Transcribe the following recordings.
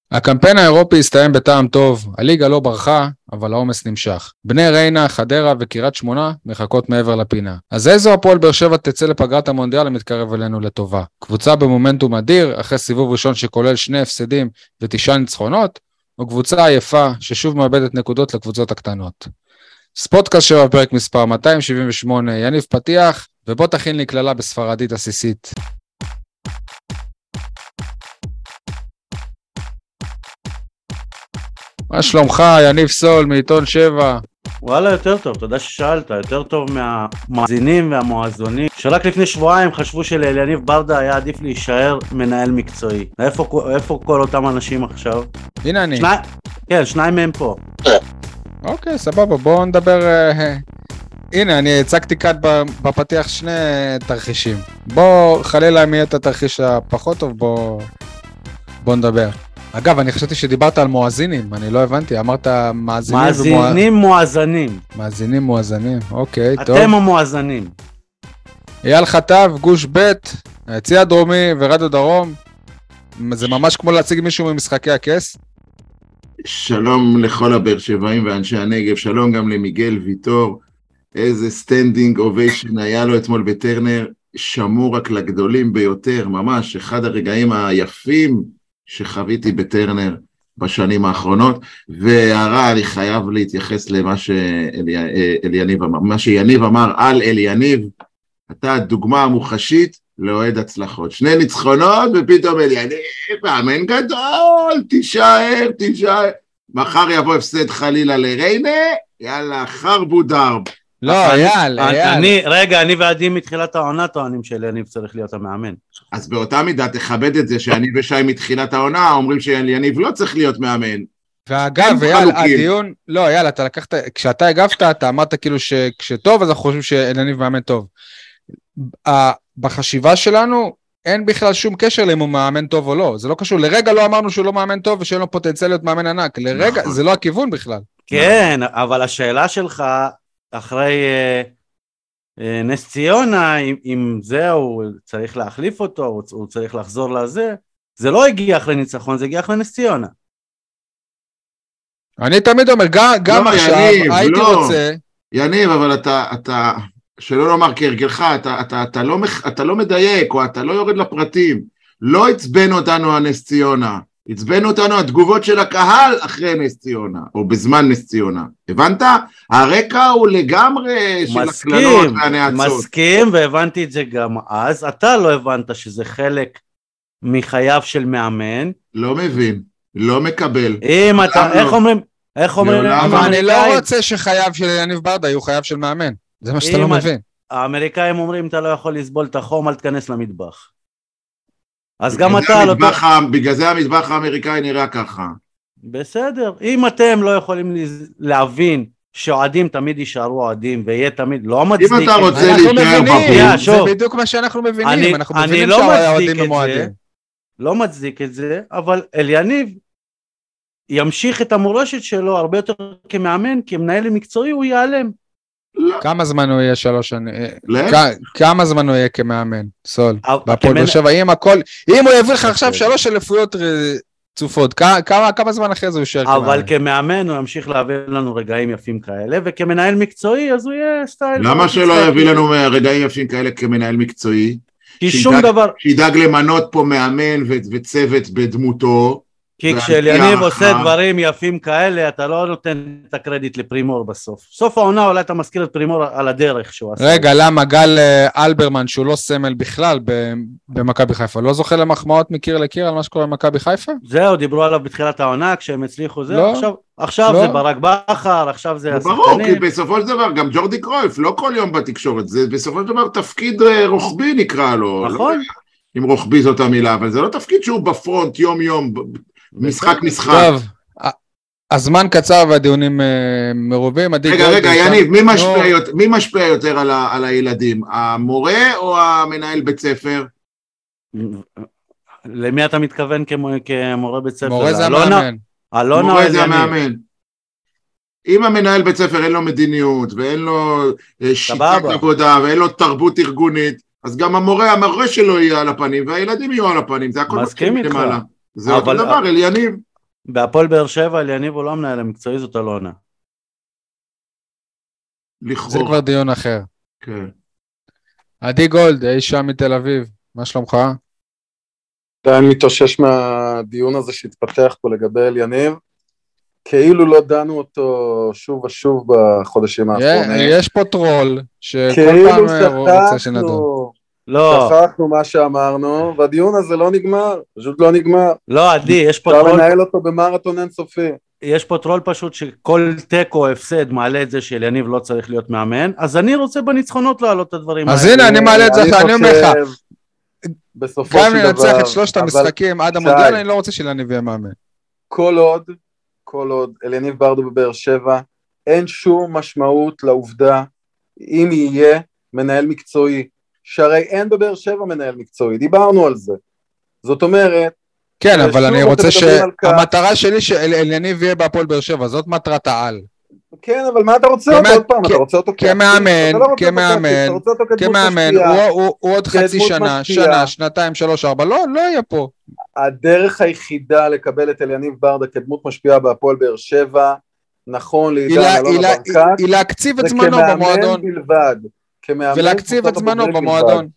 הקמפיין האירופי הסתיים בטעם טוב, הליגה לא ברחה, אבל העומס נמשך. בני ריינה, חדרה וקריית שמונה מחכות מעבר לפינה. אז איזו הפועל באר שבע תצא לפגרת המונדיאל המתקרב אלינו לטובה? קבוצה במומנטום אדיר, אחרי סיבוב ראשון שכולל 2 הפסדים ו9 ניצחונות, או קבוצה עייפה ששוב מאבדת נקודות לקבוצות הקטנות. ספורטקאסט 7 פרק מספר 278, יניב פתיח, ובוא תכין לי כללה בספרדית עסיסית. מה שלומך, יניב סול, מעיתון 7? וואלה, יותר טוב, תודה ששאלת, יותר טוב מהמאזינים והמואזונים, שרק לפני שבועיים חשבו שלאליניב ברדה היה עדיף להישאר מנהל מקצועי. איפה כל אותם אנשים עכשיו? הנה אני. כן, 2 מהם פה. אוקיי, סבבה, בואו נדבר. הנה, אני הצגתי כאן בפתיח 2 תרחישים. בואו, חלילה אם יהיה את התרחיש הפחות טוב, בואו נדבר. אגב, אני חשבתי שדיברת על מואזינים, אני לא הבנתי, אמרת מאזינים מואזנים. מאזינים מואזנים, אוקיי, טוב. אתם המואזנים. אייל חטב, גוש ב', היציא הדרומי ורדיו דרום, זה ממש כמו להציג מישהו ממשחקי הכס. שלום לכל הבאר שבעים ואנשי הנגב, שלום גם למיגל ויטור, איזה סטנדינג אוביישן היה לו אתמול בטרנר, שמור רק לגדולים ביותר, ממש אחד הרגעים היפים, שחוויתי בטרנר בשנים האחרונות, והערה, אני חייב להתייחס למה שאליניב אמר, מה שיניב אמר על אליניב, אתה דוגמה מוחשית לאוהד הצלחות, 2 ניצחונות ופתאום אליניב, מאמן גדול, תישאר, מחר יבוא הפסד חלילה לריינה, יאללה, חרבו דרב. לא, אייל. אני ועדי מתחילת העונה טוענים שאליניב צריך להיות המאמן. אז באותה מידה תכבד את זה שאני ושי מתחילת העונה אומרים שאליניב לא צריך להיות מאמן. ואגב, אייל, הדיון, לא, אייל, אתה לקחת, כשאתה הגבת, אתה אמרת כאילו שכשטוב, אז אנחנו חושבים שאליניב מאמן טוב. בחשיבה שלנו, אין בכלל שום קשר אם הוא מאמן טוב או לא. זה לא קשור, לרגע לא אמרנו שהוא לא מאמן טוב ושאין לו פוטנציאל להיות מאמן ענק. לרגע, זה לא הכיוון בכלל. כן, אבל השאלה שלך, אחרי נס ציונה, אם זהו, צריך להחליף אותו, הוא צריך לחזור לזה, זה לא הגיע אחרי ניצחון, זה הגיע אחרי נס ציונה. אני תמיד אומר, גם עכשיו, הייתי רוצה... יניב, אבל אתה, שלא לומר כהרגלך, אתה לא מדייק, או אתה לא יורד לפרטים, לא הצבנו אותנו הנס ציונה, הצבנו אותנו התגובות של הקהל אחרי נס ציונה, או בזמן נס ציונה. הבנת? הרקע הוא לגמרי של הכללות והנאצות. מסכים, והבנתי את זה גם אז. אתה לא הבנת שזה חלק מחייו של מאמן. לא מבין, לא מקבל. אם אתה, איך אומרים? אני לא רוצה שחייו של יניב ברדה יהיו חייו של מאמן. זה מה שאתה לא מבין. האמריקאים אומרים, אתה לא יכול לסבול את החום, אל תכנס למטבח. אז גם אתה לא... בגלל זה המטבח האמריקאי נראה ככה. בסדר, אם אתם לא יכולים להבין שאוהדים תמיד יישארו אוהדים, ויהיה תמיד, לא מצדיק... אם אתה רוצה להישאר בחור... זה בדיוק מה שאנחנו מבינים, אנחנו מבינים שהאוהדים הם אוהדים. לא מצדיק את זה, אבל אליניב ימשיך את המורשת שלו הרבה יותר כמאמן, כמנהל מקצועי, הוא ייעלם. כמה זמן הוא יהיה 3 שנים? כמה זמן הוא יהיה כמאמן? סול. בהפועל באר שבע, אם הוא יביא לך עכשיו 3 אליפויות צופות, כמה זמן אחרי זה הוא יישאר כמאמן? אבל כמאמן הוא ימשיך להביא לנו רגעים יפים כאלה, וכמנהל מקצועי אז הוא יהיה סטייל. למה שלא יביא לנו רגעים יפים כאלה כמנהל מקצועי? כי שום דבר... שידאג למנות פה מאמן וצוות בדמותו, כי כשאליניב עושה דברים יפים כאלה, אתה לא נותן את הקרדיט לפרימור בסוף. סוף העונה אולי אתה מזכיר את פרימור על הדרך שהוא עשה. רגע, למה גל אלברמן, שהוא לא סמל בכלל במכבי חיפה, לא זוכה למחמאות מקיר לקיר על מה שקורה במכבי חיפה? זהו, דיברו עליו בתחילת העונה, כשהם הצליחו זה, עכשיו זה ברק בכר, עכשיו זה השחקנים. ברור, כי בסופו של דבר, גם ג'ורדי קרויף, לא כל יום בתקשורת, זה בסופו של דבר תפקיד רוחבי נקרא לו. נכון. אם רוחבי זאת המילה, אבל זה לא תפקיד שהוא בפרונט יום-יום, משחק. טוב, הזמן קצר והדיונים מרובים. רגע, יניב, מי משפיע יותר על הילדים? המורה או המנהל בית ספר? למי אתה מתכוון כמורה בית ספר? מורה זה המאמן. מורה זה המאמן. אם המנהל בית ספר אין לו מדיניות, ואין לו שיטת עבודה, ואין לו תרבות ארגונית, אז גם המורה שלו יהיה על הפנים, והילדים יהיו על הפנים, זה הכל מסכים איתך. זה אותו דבר, אליניב. בהפועל באר שבע, אליניב הוא לא המנהל המקצועי, זאת אלונה. זה כבר דיון אחר. כן. עדי גולד, איש שם מתל אביב, מה שלומך? אני מתאושש מהדיון הזה שהתפתח פה לגבי אליניב, כאילו לא דנו אותו שוב ושוב בחודשים האחרונים. יש פה טרול, שכל כאילו פעם רוצה שנדון. לא. שכחנו מה שאמרנו, והדיון הזה לא נגמר, פשוט לא נגמר. לא, עדי, יש פה אפשר טרול. לנהל אותו במרתון אינסופי. יש פה טרול פשוט שכל תיקו הפסד מעלה את זה שאליניב לא צריך להיות מאמן, אז אני רוצה בניצחונות להעלות את הדברים אז הנה, אני מעלה את זה, אני אומר לך. בסופו גם של אם דבר, ננצח את שלושת המשחקים עד המונדיאל, אני לא רוצה שאליניב יהיה מאמן. כל עוד אליניב ברדה בבאר שבע, אין שום משמעות לעובדה אם יהיה מנהל מקצועי, שהרי אין בבאר שבע מנהל מקצועי, דיברנו על זה. זאת אומרת, כן, אבל אני רוצה שהמטרה שלי שאליניב יהיה בהפועל באר שבע, זאת מטרת העל. כן, אבל מה אתה רוצה אותו עוד פעם? אתה רוצה אותו כמאמן, הוא עוד חצי שנה, שנתיים, 3-4, לא יהיה פה. הדרך היחידה לקבל את אליניב ברדה כדמות משפיעה בהפועל באר שבע, נכון לעידן אלונה ברקת, היא להקציב את זמנו במועדון. בלבד. ולהקציב את זמנו במועדון.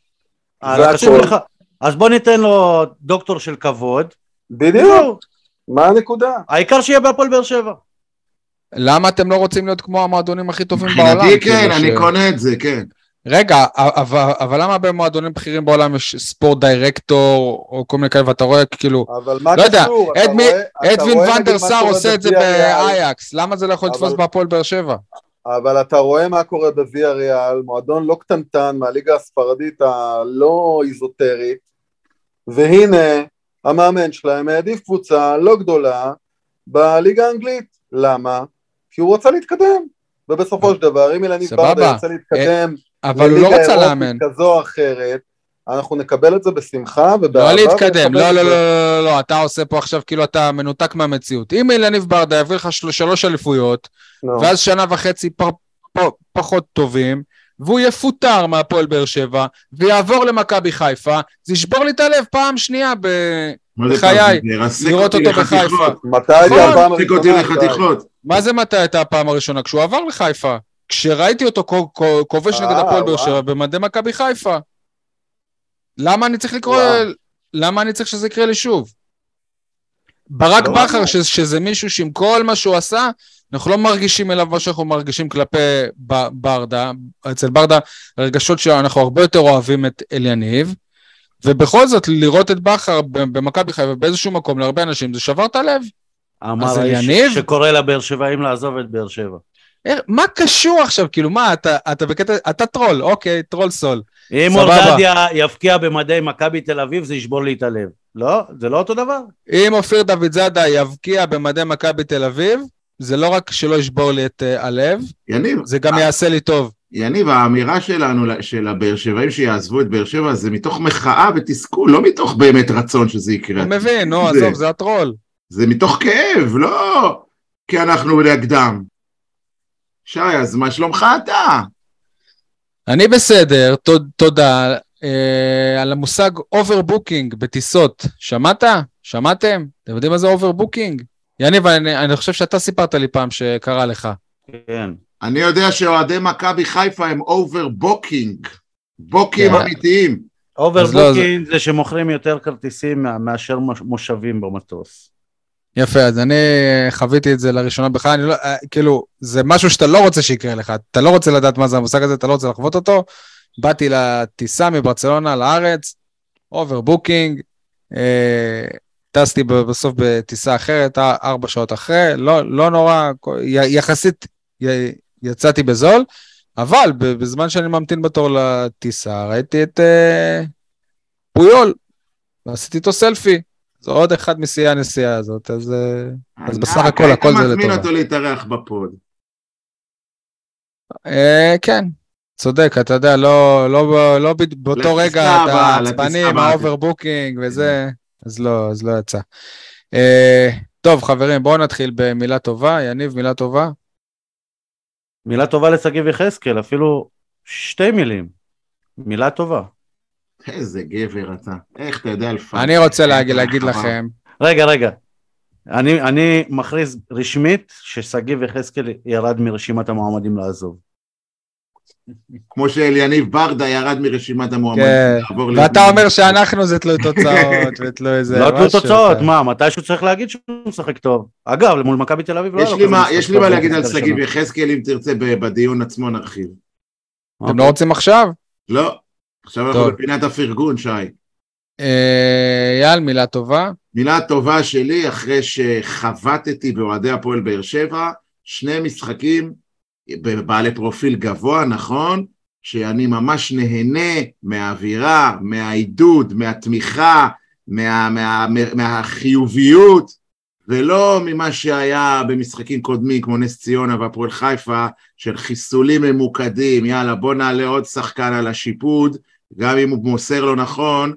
אז בוא ניתן לו דוקטור של כבוד. בדיוק. מה הנקודה? העיקר שיהיה בהפועל באר שבע. למה אתם לא רוצים להיות כמו המועדונים הכי טובים בעולם? מבחינתי כן, אני קונה את זה, כן. רגע, אבל למה במועדונים בכירים בעולם יש ספורט דירקטור, או כל מיני כאלה, ואתה רואה כאילו, לא יודע, אדווין ונדר סאר עושה את זה באייקס, למה זה לא יכול לתפוס בהפועל באר שבע? אבל אתה רואה מה קורה בוויה ריאל, מועדון לא קטנטן מהליגה הספרדית הלא איזוטרית, והנה המאמן שלהם העדיף קבוצה לא גדולה בליגה האנגלית. למה? כי הוא רוצה להתקדם, ובסופו של דבר אם אליניב ברדה רוצה להתקדם אבל הוא לא רוצה לאמן כזו או אחרת, אנחנו נקבל את זה בשמחה לא להתקדם, לא, אתה עושה פה עכשיו כאילו אתה מנותק מהמציאות. אם אליניב ברדה יביא לך 3 אליפויות, ואז 1.5 פחות טובים, והוא יפוטר מהפועל באר שבע, ויעבור למכבי חיפה, זה ישבור לי את הלב פעם שנייה בחיי, לראות אותו בחיפה. מתי הייתה הפעם הראשונה? מה זה מתי הייתה הפעם הראשונה? כשהוא עבר לחיפה. כשראיתי אותו כובש נגד הפועל באר שבע במדי מכבי חיפה. למה אני צריך שזה יקרה לי שוב? ברק בכר, שזה מישהו שעם כל מה שהוא עשה, אנחנו לא מרגישים אליו מה שאנחנו מרגישים כלפי ברדה, אצל ברדה הרגשות שאנחנו הרבה יותר אוהבים את אליניב, ובכל זאת לראות את בכר במכבי חיפה באיזשהו מקום להרבה אנשים, זה שבר את הלב. אמר האיש שקורא לבאר שבעים לעזוב את באר שבע. מה קשור עכשיו? כאילו מה, אתה בקטע, אתה טרול, אוקיי, טרול סול. אם אורדדיה יפקיע במדי מכבי תל אביב, זה ישבור לי את הלב. לא? זה לא אותו דבר? אם אופיר דוד זאדה יבקיע במדי מכבי תל אביב, זה לא רק שלא ישבור לי את הלב, זה גם יעשה לי טוב. יניב, האמירה שלנו, של הבאר שבעים שיעזבו את באר שבע, זה מתוך מחאה ותסכול, לא מתוך באמת רצון שזה יקרה. אני מבין, נו, עזוב, זה הטרול. זה מתוך כאב, לא כי אנחנו להקדם. שי, אז מה שלומך אתה? אני בסדר, תודה. על המושג אוברבוקינג בטיסות, שמעת? שמעתם? אתם יודעים מה זה אוברבוקינג? יניב, אני חושב שאתה סיפרת לי פעם שקרה לך. כן. אני יודע שאוהדי מכבי חיפה הם אוברבוקינג, בוקים אמיתיים. אוברבוקינג זה שמוכרים יותר כרטיסים מאשר מושבים במטוס. יפה, אז אני חוויתי את זה לראשונה בכלל, אני לא, כאילו, זה משהו שאתה לא רוצה שיקרה לך, אתה לא רוצה לדעת מה זה המושג הזה, אתה לא רוצה לחוות אותו, באתי לטיסה מברצלונה לארץ, אוברבוקינג, טסתי בסוף בטיסה אחרת, 4 שעות אחרי, לא נורא, יחסית יצאתי בזול, אבל בזמן שאני ממתין בתור לטיסה, ראיתי את פויול, ועשיתי איתו סלפי, זה עוד אחד משיאי הנסיעה הזאת, אז בסך הכל, הכל זה לטובה. אתה מזמין אותו להתארח בפוד. כן, צודק, אתה יודע, לא באותו רגע, אתה עצבני עם האוברבוקינג וזה, אז לא יצא. טוב, חברים, בואו נתחיל במילה טובה. יניב, מילה טובה? מילה טובה לשגיב יחזקאל, אפילו 2 מילים. מילה טובה. איזה גבר אתה. איך אתה יודע לפעמים. אני רוצה להגיד לכם. רגע. אני מכריז רשמית ששגיב יחזקאל ירד מרשימת המועמדים לעזוב. כמו שאליניב ברדה ירד מרשימת המועמדים. ואתה אומר שאנחנו זה תלוי תוצאות ותלוי איזה... לא תלוי תוצאות, מה, מתישהו צריך להגיד שהוא משחק טוב. אגב, מול מכבי תל אביב לא... יש לי מה להגיד על שגיב יחזקאל, אם תרצה בדיון עצמו נרחיב. אתם לא רוצים עכשיו? לא, עכשיו אנחנו בפינת הפרגון, שי. יאל, מילה טובה. מילה טובה שלי, אחרי שחבטתי באוהדי הפועל באר שבע, 2 משחקים בעלי פרופיל גבוה, נכון? שאני ממש נהנה מהאווירה, מהעידוד, מהתמיכה, מהחיוביות, ולא ממה שהיה במשחקים קודמים, כמו נס ציונה והפועל חיפה, של חיסולים ממוקדים, יאללה בוא נעלה עוד שחקן על השיפוד, גם אם הוא מוסר לו נכון,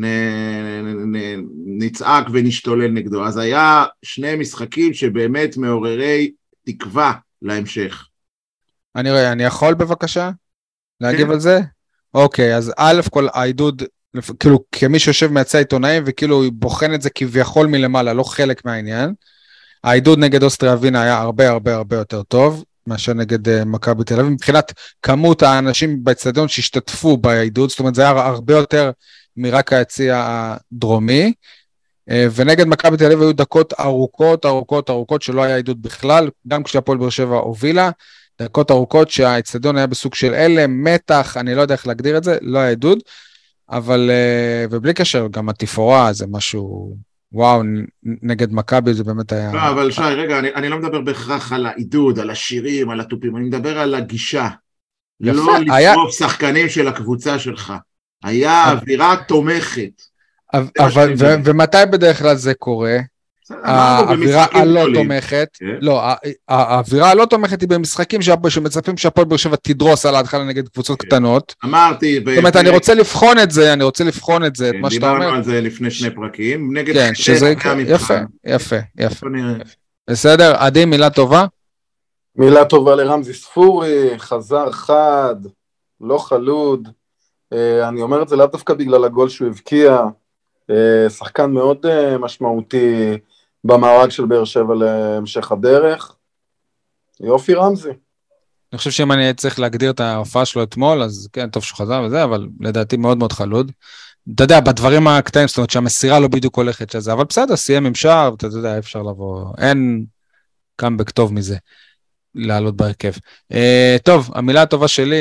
נצעק ונשתולל נגדו. אז היה 2 משחקים שבאמת מעוררי תקווה להמשך. אני יכול בבקשה להגיב על זה? אוקיי, אז א' כל העידוד, כאילו כמי שיושב מהצע עיתונאים, וכאילו הוא בוחן את זה כביכול מלמעלה, לא חלק מהעניין. העידוד נגד אוסטריה ווינה היה הרבה הרבה הרבה יותר טוב, מאשר נגד מכבי תל אביב, מבחינת כמות האנשים באצטדיון שהשתתפו בעידוד, זאת אומרת זה היה הרבה יותר מרק היציע הדרומי, ונגד מכבי תל אביב היו דקות ארוכות ארוכות ארוכות שלא היה עידוד בכלל, גם כשהפועל באר שבע הובילה, דקות ארוכות שהאצטדיון היה בסוג של הלם, מתח, אני לא יודע איך להגדיר את זה, לא היה עידוד, אבל, ובלי קשר, גם התפאורה זה משהו, וואו, נגד מכבי זה באמת היה... לא, אבל שי, רגע, אני לא מדבר בהכרח על העידוד, על השירים, על הטופים, אני מדבר על הגישה, לא לשרוף שחקנים של הקבוצה שלך, היה אווירה תומכת. אבל, ומתי בדרך כלל זה קורה? האווירה הלא תומכת, לא, האווירה הלא תומכת היא במשחקים שמצפים שהפועל באר שבע תדרוס על ההתחלה נגד קבוצות קטנות. אמרתי, זאת אומרת, אני רוצה לבחון את זה, את מה שאתה אומר. דיברנו על זה לפני 2 פרקים, כן, שזה יפה. בסדר, עדי, מילה טובה? מילה טובה לרמזי ספורי, חזר חד, לא חלוד, אני אומר את זה לאו דווקא בגלל הגול שהוא הבקיע, שחקן מאוד משמעותי במארג של באר שבע להמשך הדרך. יופי רמזי. אני חושב שאם אני צריך להגדיר את ההופעה שלו אתמול, אז כן, טוב שהוא חזר וזה, אבל לדעתי מאוד מאוד חלוד. אתה יודע, בדברים הקטעים, זאת אומרת שהמסירה לא בדיוק הולכת שזה, אבל בסדר, סיים עם שער, אתה יודע, אפשר לבוא, אין קאמבק טוב מזה, לעלות בהרכב. טוב, המילה הטובה שלי,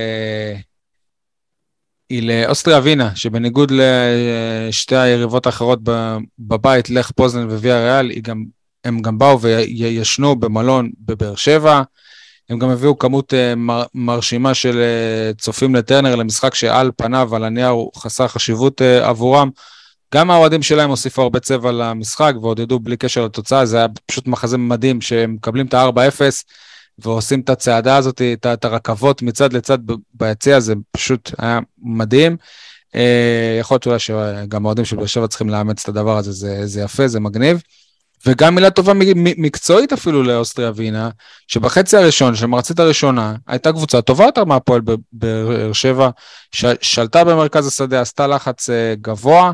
היא לאוסטריה ווינה, שבניגוד לשתי היריבות האחרות בבית, לך פוזנן וויה ריאל, הם גם באו וישנו במלון בבאר שבע, הם גם הביאו כמות מרשימה של צופים לטרנר, למשחק שעל פניו, על הנייר, הוא חסר חשיבות עבורם, גם האוהדים שלהם הוסיפו הרבה צבע למשחק, ועודדו בלי קשר לתוצאה, זה היה פשוט מחזה מדהים, שהם מקבלים את ה-4-0, ועושים את הצעדה הזאת, את הרכבות מצד לצד ביציע, זה פשוט היה מדהים. יכול להיות אולי שגם האוהדים של באר שבע צריכים לאמץ את הדבר הזה, זה יפה, זה מגניב. וגם מילה טובה מקצועית אפילו לאוסטריה ווינה, שבחצי הראשון, של המחצית הראשונה, הייתה קבוצה טובה יותר מהפועל באר שבע, שלטה במרכז השדה, עשתה לחץ גבוה,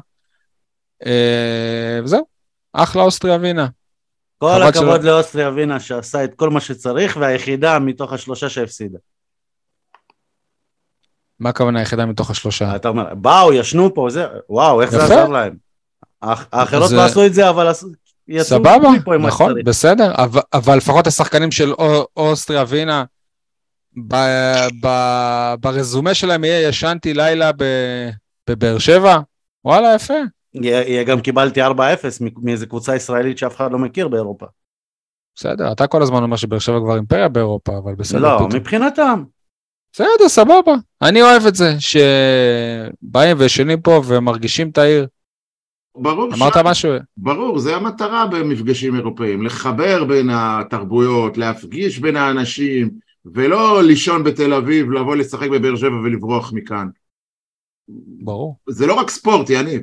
וזהו, אחלה אוסטריה ווינה. כל הכבוד לאוסטריה ווינה שעשה את כל מה שצריך, והיחידה מתוך 3 שהפסידה. מה הכוונה היחידה מתוך 3? אתה אומר, באו, ישנו פה, וואו, איך זה עזר להם. האחרות לא עשו את זה, אבל סבבה, נכון, בסדר, אבל לפחות השחקנים של אוסטריה ווינה, ברזומה שלהם יהיה ישנתי לילה בבאר שבע, וואלה, יפה. גם קיבלתי 4-0 מאיזו קבוצה ישראלית שאף אחד לא מכיר באירופה. בסדר, אתה כל הזמן אומר שבאר שבע כבר אימפריה באירופה, אבל בסדר. לא, מבחינתם. בסדר, סבבה. אני אוהב את זה, שבאים וישנים פה ומרגישים את העיר. ברור, אמרת משהו? ברור, זה המטרה במפגשים אירופאים, לחבר בין התרבויות, להפגיש בין האנשים, ולא לישון בתל אביב, לבוא לשחק בבאר שבע ולברוח מכאן. ברור. זה לא רק ספורט, יניב.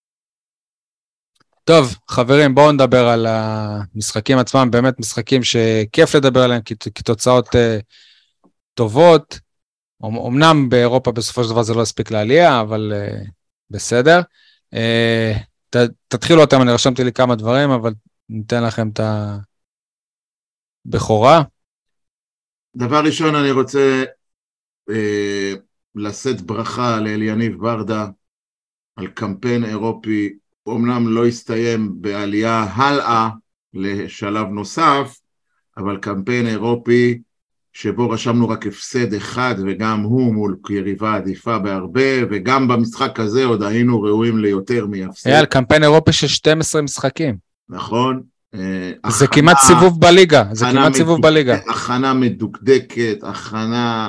טוב, חברים, בואו נדבר על המשחקים עצמם, באמת משחקים שכיף לדבר עליהם, כתוצאות טובות, אמנם באירופה בסופו של דבר זה לא הספיק לעלייה, אבל בסדר. תתחילו אותם, אני רשמתי לי כמה דברים, אבל ניתן לכם את הבכורה. דבר ראשון אני רוצה לשאת ברכה לאליניב ברדה על קמפיין אירופי, אומנם לא הסתיים בעלייה הלאה לשלב נוסף, אבל קמפיין אירופי שבו רשמנו רק הפסד אחד, וגם הוא מול יריבה עדיפה בהרבה, וגם במשחק הזה עוד היינו ראויים ליותר מהפסד. היה קמפיין אירופי של 12 משחקים. נכון. זה כמעט סיבוב בליגה, זה כמעט סיבוב בליגה. הכנה מדוקדקת, הכנה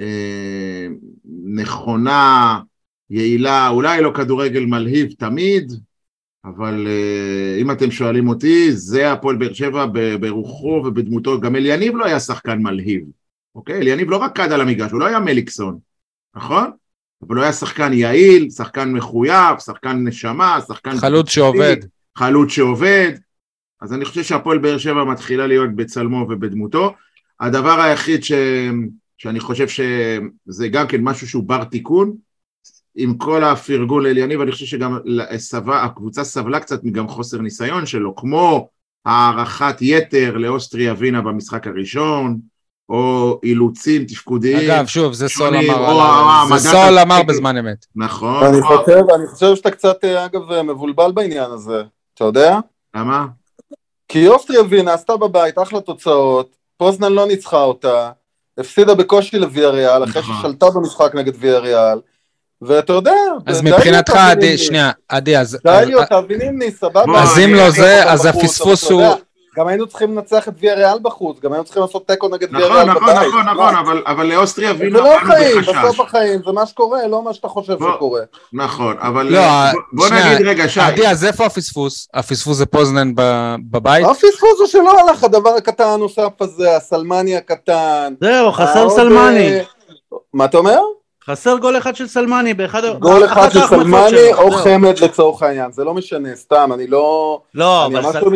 נכונה, יעילה, אולי לא כדורגל מלהיב תמיד, אבל אם אתם שואלים אותי, זה הפועל באר שבע ברוחו ובדמותו, גם אליניב לא היה שחקן מלהיב, אוקיי? אליניב לא רקד על המגרש, הוא לא היה מליקסון, נכון? אבל הוא היה שחקן יעיל, שחקן מחויב, שחקן נשמה, שחקן... חלוץ שעובד, אז אני חושב שהפועל באר שבע מתחילה להיות בצלמו ובדמותו. הדבר היחיד שאני חושב שזה גם כן משהו שהוא בר תיקון, עם כל הפרגון לאליניב, אני חושב שגם הקבוצה סבלה קצת מגם חוסר ניסיון שלו, כמו הערכת יתר לאוסטריה ווינה במשחק הראשון, או אילוצים תפקודיים. אגב, שוב, זה סול אמר, זה סול אמר בזמן אמת. נכון. אני חושב שאתה קצת, אגב, מבולבל בעניין הזה, אתה יודע? למה? כי אוסטריה ווינה עשתה בבית אחלה תוצאות, פוזנן לא ניצחה אותה, הפסידה בקושי לוויאריאל, אחרי ששלטה במשחק נגד ויאריאל, ואתה יודע... אז מבחינתך, עדי, שנייה, עדי, אז... די להיות, תבינימני, סבבה. אז אם לא זה, אז הפספוס הוא... גם היינו צריכים לנצח את ויאריאל בחוץ, גם היינו צריכים לעשות טקו נגד ויאריאל בבית. נכון, אבל לאוסטריה ווינה... זה לא חיים, בסוף החיים, זה מה שקורה, לא מה שאתה חושב שקורה. נכון, אבל בוא נגיד רגע, שי. עדי, אז איפה הפספוס? הפספוס זה פוזנן בבית? הפספוס זה שלא הלך, הדבר הקטן הנוסף הזה, הסלמני הקטן. זהו, חסר סלמני. מה אתה אומר? חסר גול אחד של סלמני באחד... גול אחד של סלמני או חמד לצורך העניין, זה לא משנה, סתם, אני לא... לא, אבל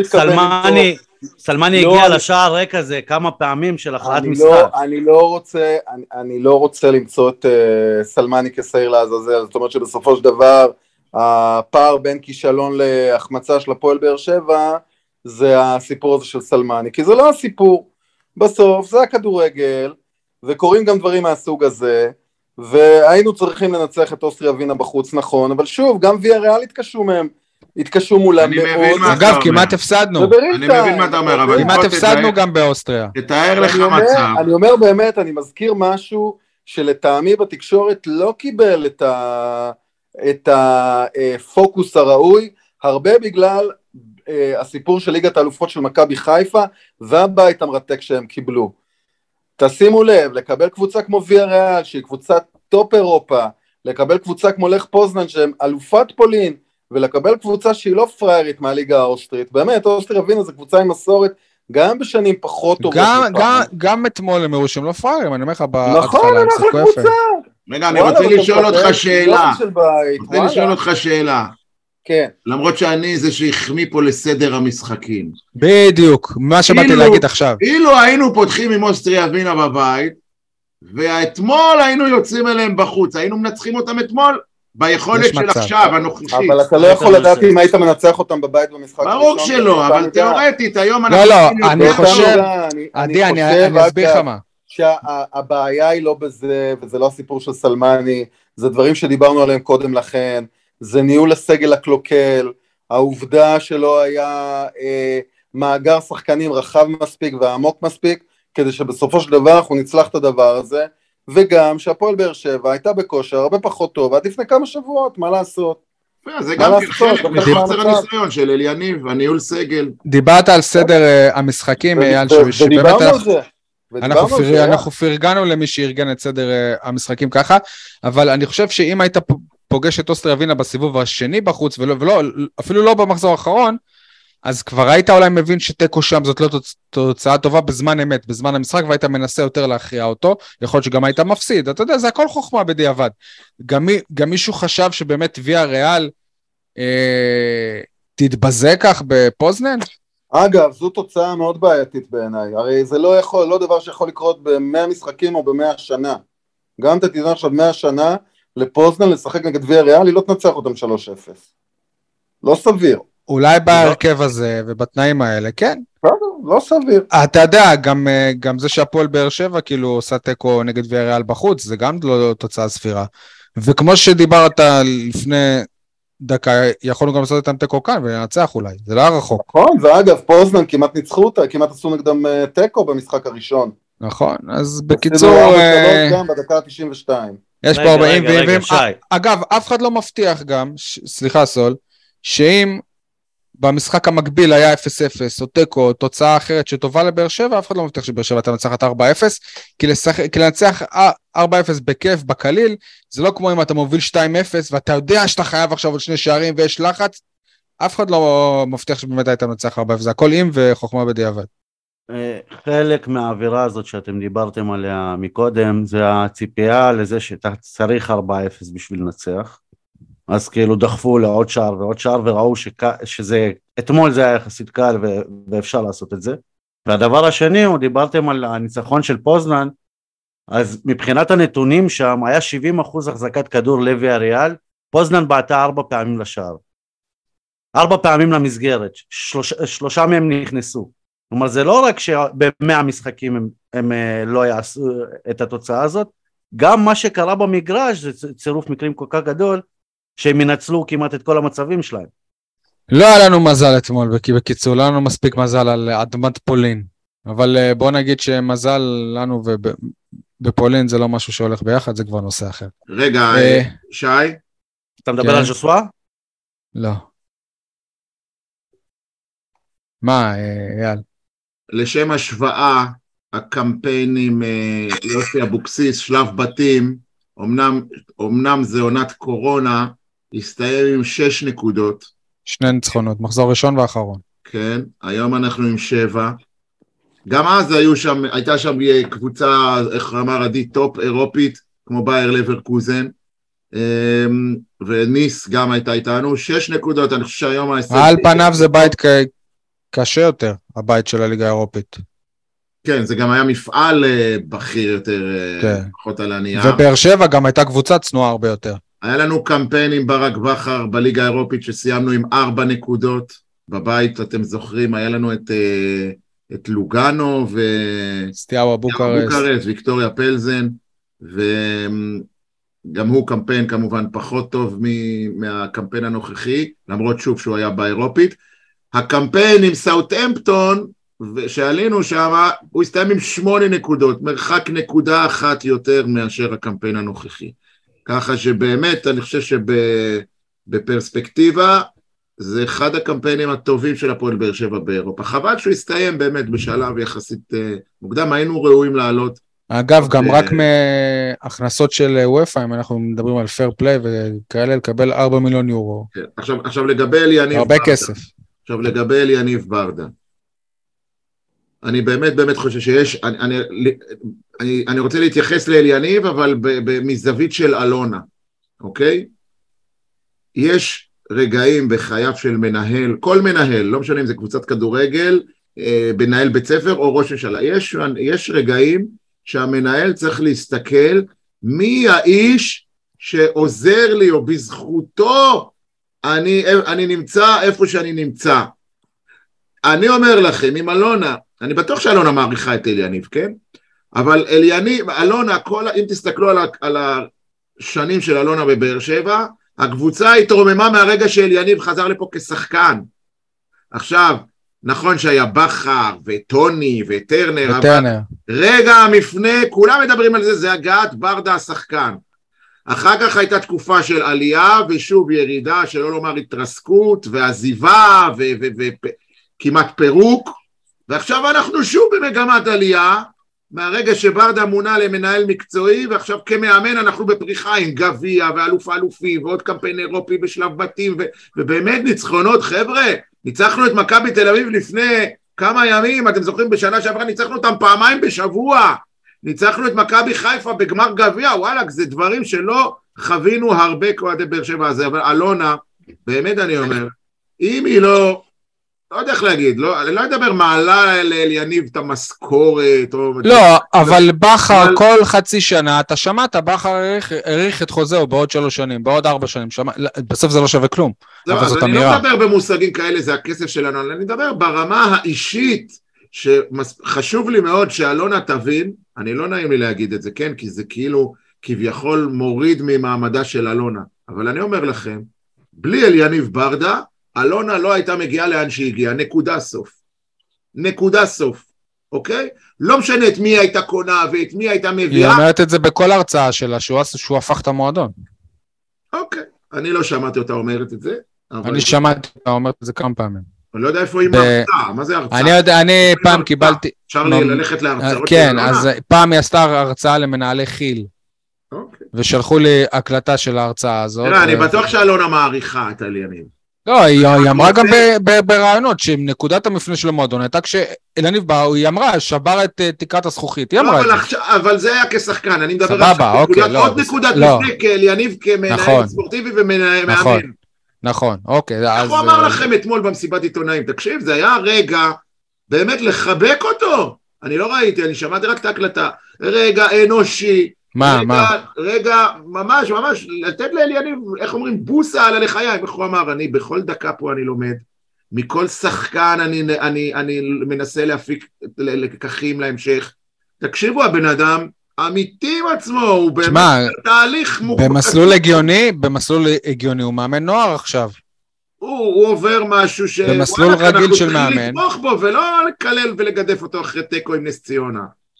סלמני הגיע לשער ריק הזה כמה פעמים של הכרעת משחק. אני לא רוצה למצוא את סלמני כשעיר לעזאזל, זאת אומרת שבסופו של דבר, הפער בין כישלון להחמצה של הפועל באר שבע, זה הסיפור הזה של סלמני, כי זה לא הסיפור, בסוף זה הכדורגל, וקורים גם דברים מהסוג הזה, והיינו צריכים לנצח את אוסטריה ווינה בחוץ, נכון, אבל שוב, גם ויאריאל התקשו מולם מאוד. אגב, כמעט הפסדנו. אני מבין מה אתה אומר, אבל... כמעט הפסדנו גם באוסטריה. תתאר לך מצב. אני אומר באמת, אני מזכיר משהו שלטעמי בתקשורת לא קיבל את הפוקוס הראוי, הרבה בגלל הסיפור של ליגת האלופות של מכבי חיפה, והבית המרתק שהם קיבלו. תשימו לב, לקבל קבוצה כמו ויאריאל, שהיא קבוצת טופ אירופה, לקבל קבוצה כמו לך פוזנן, שהם אלופת פולין, ולקבל קבוצה שהיא לא פריירית מהליגה האוסטרית, באמת, אוסטריה ווינה זה קבוצה עם מסורת, גם בשנים פחות טובות. גם אתמול הם הראו שהם לא פריירים, אני אומר לך בהתחלה, נכון, הם אחלה קבוצה. רגע, אני רוצה לשאול אותך שאלה. כן. למרות שאני זה שהחמיא פה לסדר המשחקים. בדיוק, מה שבאתי להגיד עכשיו. אילו היינו פותחים עם אוסטריה ווינה בבית, ואתמול היינו יוצאים אליהם בחוץ, היינו מנצחים אותם אתמול, ביכולת של עכשיו, הנוכחית. אבל אתה לא יכול לדעת אם היית מנצח אותם בבית במשחק. ברור שלא, אבל תיאורטית, היום אנחנו... לא, אני חושב, עדי, אני אסביר לך מה. שהבעיה היא לא בזה, וזה לא הסיפור של סלמני, זה דברים שדיברנו עליהם קודם לכן, זה ניהול הסגל הקלוקל, העובדה שלא היה מאגר שחקנים רחב מספיק ועמוק מספיק, כדי שבסופו של דבר אנחנו נצלח את הדבר הזה, וגם שהפועל באר שבע הייתה בכושר הרבה פחות טוב, עד לפני כמה שבועות, מה לעשות? זה גם חלק מחוסר הניסיון של אליניב, הניהול סגל. דיברת על סדר המשחקים, ודיברנו על זה. אנחנו פרגנו למי שארגן את סדר המשחקים ככה, אבל אני חושב שאם היית פוגש את אוסטריה ווינה בסיבוב השני בחוץ, אפילו לא במחזור האחרון, אז כבר היית אולי מבין שטקו שם זאת לא תוצאה טובה בזמן אמת, בזמן המשחק, והיית מנסה יותר להכריע אותו, יכול להיות שגם היית מפסיד, אתה יודע, זה הכל חוכמה בדיעבד. גם מישהו חשב שבאמת ויאריאל תתבזה כך בפוזנן? אגב, זו תוצאה מאוד בעייתית בעיניי, הרי זה לא דבר שיכול לקרות ב100 משחקים או ב100 שנה, גם אתה תדע עכשיו 100 שנה, לפוזנן לשחק נגד ויאריאל, היא לא תנצח אותם 3-0. לא סביר. אולי בהרכב הזה ובתנאים האלה, כן. לא סביר. אתה יודע, גם זה שהפועל באר שבע כאילו עושה תיקו נגד ויאריאל בחוץ, זה גם לא תוצאה סבירה. וכמו שדיברת לפני דקה, יכולנו גם לעשות איתם תיקו כאן ולנצח אולי, זה לא היה רחוק. נכון, ואגב, פוזנן כמעט ניצחו אותה, כמעט עשו נגדם תיקו במשחק הראשון. נכון, אז בקיצור... גם בדקה 92. יש פה 40 ואם... אגב, אף אחד לא מבטיח גם, סליחה סול, שאם במשחק המקביל היה 0-0 או תיקו, תוצאה אחרת שטובה לבאר שבע, אף אחד לא מבטיח שבאר שבע אתה מנצחת 4-0, כי לנצח 4-0 בכיף, בקליל, זה לא כמו אם אתה מוביל 2-0, ואתה יודע שאתה חייב עכשיו עוד 2 שערים ויש לחץ, אף אחד לא מבטיח שבאמת היית מנצח 4-0, זה הכל עם וחוכמה בדיעבד. חלק מהאווירה הזאת שאתם דיברתם עליה מקודם, זה הציפייה לזה שאתה צריך 4-0 בשביל לנצח, אז כאילו דחפו לעוד שער ועוד שער, וראו שזה, אתמול זה היה יחסית קל ואפשר לעשות את זה. והדבר השני, הוא דיברתם על הניצחון של פוזנן, אז מבחינת הנתונים שם, היה 70% החזקת כדור לוויאריאל, פוזנן בעטה 4 פעמים לשער. 4 פעמים למסגרת, 3 מהם נכנסו. כלומר, זה לא רק שב100 משחקים הם לא יעשו את התוצאה הזאת, גם מה שקרה במגרש, זה צירוף מקרים כל כך גדול, שהם ינצלו כמעט את כל המצבים שלהם. לא היה לנו מזל אתמול, בקיצור, לא היה לנו מספיק מזל על אדמת פולין, אבל בוא נגיד שמזל לנו ובפולין זה לא משהו שהולך ביחד, זה כבר נושא אחר. רגע, שי? אתה מדבר על ז'וסווה? לא. מה, אייל? לשם השוואה, הקמפיינים יוסי אבוקסיס, שלב בתים, אמנם זה עונת קורונה, הסתיים עם 6 נקודות. 2 ניצחונות, מחזור ראשון ואחרון. כן, היום אנחנו עם 7. גם אז הייתה שם קבוצה, איך אמר עדי, טופ אירופית, כמו בייר לברקוזן, וניס גם הייתה איתנו, 6 נקודות, אני חושב שהיום... על פניו זה בית קשה יותר, הבית של הליגה האירופית. כן, זה גם היה מפעל בכיר יותר, פחות על הנייר. ובאר שבע גם הייתה קבוצה צנועה הרבה יותר. היה לנו קמפיין עם ברק בכר בליגה האירופית, שסיימנו עם 4 נקודות בבית, אתם זוכרים, היה לנו את לוגאנו סטיאבה בוקרסט, ויקטוריה פלזן, וגם הוא קמפיין כמובן פחות טוב מהקמפיין הנוכחי, למרות שוב שהוא היה באירופית. הקמפיין עם סאות'המפטון, שעלינו שם, הוא הסתיים עם 8 נקודות, מרחק 1 נקודה יותר מאשר הקמפיין הנוכחי. ככה שבאמת, אני חושב שבפרספקטיבה, זה אחד הקמפיינים הטובים של הפועל באר שבע באירופה. חבל שהוא הסתיים באמת בשלב יחסית מוקדם, היינו ראויים לעלות. אגב, גם רק מהכנסות של וופא, אם אנחנו מדברים על פייר פליי וכאלה, לקבל 4 מיליון יורו. עכשיו לגבי אליניב הרבה כסף. עכשיו לגבי אליניב ברדה. אני באמת חושב שיש, אני רוצה להתייחס לאליניב, אבל מזווית של אלונה, אוקיי? יש רגעים בחייו של מנהל, כל מנהל, לא משנה אם זה קבוצת כדורגל, מנהל בית ספר או ראש ממשלה, יש רגעים שהמנהל צריך להסתכל מי האיש שעוזר לי או בזכותו אני נמצא איפה שאני נמצא. אני אומר לכם, עם אלונה, אני בטוח שאלונה מעריכה את אליניב, כן? אבל אליניב, אלונה, אם תסתכלו על השנים של אלונה בבאר שבע, הקבוצה התרוממה מהרגע שאליניב חזר לפה כשחקן. עכשיו, נכון שהיה בכר וטוני וטרנר, אבל רגע המפנה, כולם מדברים על זה, זה הגעת ברדה השחקן. אחר כך הייתה תקופה של עלייה ושוב ירידה, שלא לומר התרסקות ועזיבה וכמעט פירוק, ועכשיו אנחנו שוב במגמת עלייה, מהרגע שברדה מונה למנהל מקצועי, ועכשיו כמאמן אנחנו בפריחה עם גביע ואלוף האלופים ועוד קמפיין אירופי בשלב בתים, ובאמת ניצחונות, חבר'ה, ניצחנו את מכבי תל אביב לפני כמה ימים, אתם זוכרים בשנה שעברה ניצחנו אותם 2 פעמים בשבוע, ניצחנו את מכבי חיפה בגמר גביע, וואלה, זה דברים שלא חווינו הרבה כועדי באר שבע הזה, אבל אלונה, באמת אני אומר, אם היא לא לא יודע איך להגיד, אני לא אדבר מעלה ליניב את המשכורת, לא, אבל בכר כל חצי שנה, אתה שמעת, בכר העריך את חוזהו בעוד 3 שנים, בעוד 4 שנים, בסוף זה לא שווה כלום. אז אני לא מדבר במושגים כאלה, זה הכסף שלנו, אני מדבר ברמה האישית, שחשוב לי מאוד שאלונה תבין, אני לא נעים לי להגיד את זה, כן, כי זה כאילו כביכול מוריד ממעמדה של אלונה, אבל אני אומר לכם, בלי אליניב ברדה, אלונה לא הייתה מגיעה לאן שהגיעה, נקודה סוף. נקודה סוף, אוקיי? לא משנה את מי הייתה קונה ואת מי הייתה מביאה. היא אומרת את זה בכל הרצאה שלה, שהוא הפך את המועדון. אוקיי, אני לא שמעתי אותה אומרת את זה. אני שמעתי אותה אומרת את זה כמה פעמים. אני לא יודע איפה היא מרצאה, מה זה הרצאה? אני פעם קיבלתי... אפשר ללכת להרצאות? כן, אז פעם היא עשתה הרצאה למנהלי חיל. ושלחו לי הקלטה של ההרצאה הזאת. אני בטוח שאלונה מעריכה את אליניב. לא, היא אמרה גם ברעיונות, שנקודת המפנה של המועדון הייתה כשאליניב בא, היא אמרה, שבר את תקרת הזכוכית, היא אמרה את זה. אבל זה היה כשחקן, אני מדבר עכשיו, עוד נקודת מפנה כאליניב כמנהל ספורטיבי ומאמן. נכון, אוקיי. איך הוא אמר לכם אתמול במסיבת עיתונאים, תקשיב, זה היה רגע באמת לחבק אותו, אני לא ראיתי, אני שמעתי רק את ההקלטה, רגע אנושי, רגע, ממש, לתת לאליניב, איך אומרים, בוסה על הלחיים, איך הוא אמר, אני בכל דקה פה אני לומד, מכל שחקן אני מנסה להפיק לקחים להמשך, תקשיבו, הבן אדם אמיתי עם עצמו, הוא באמת תהליך במסלול הגיוני הוא מאמן נוער עכשיו. הוא עובר משהו במסלול רגיל של מאמן. אנחנו צריכים לתמוך בו ולא לקלל ולגדף אותו אחרי תיקו עם נס ציונה.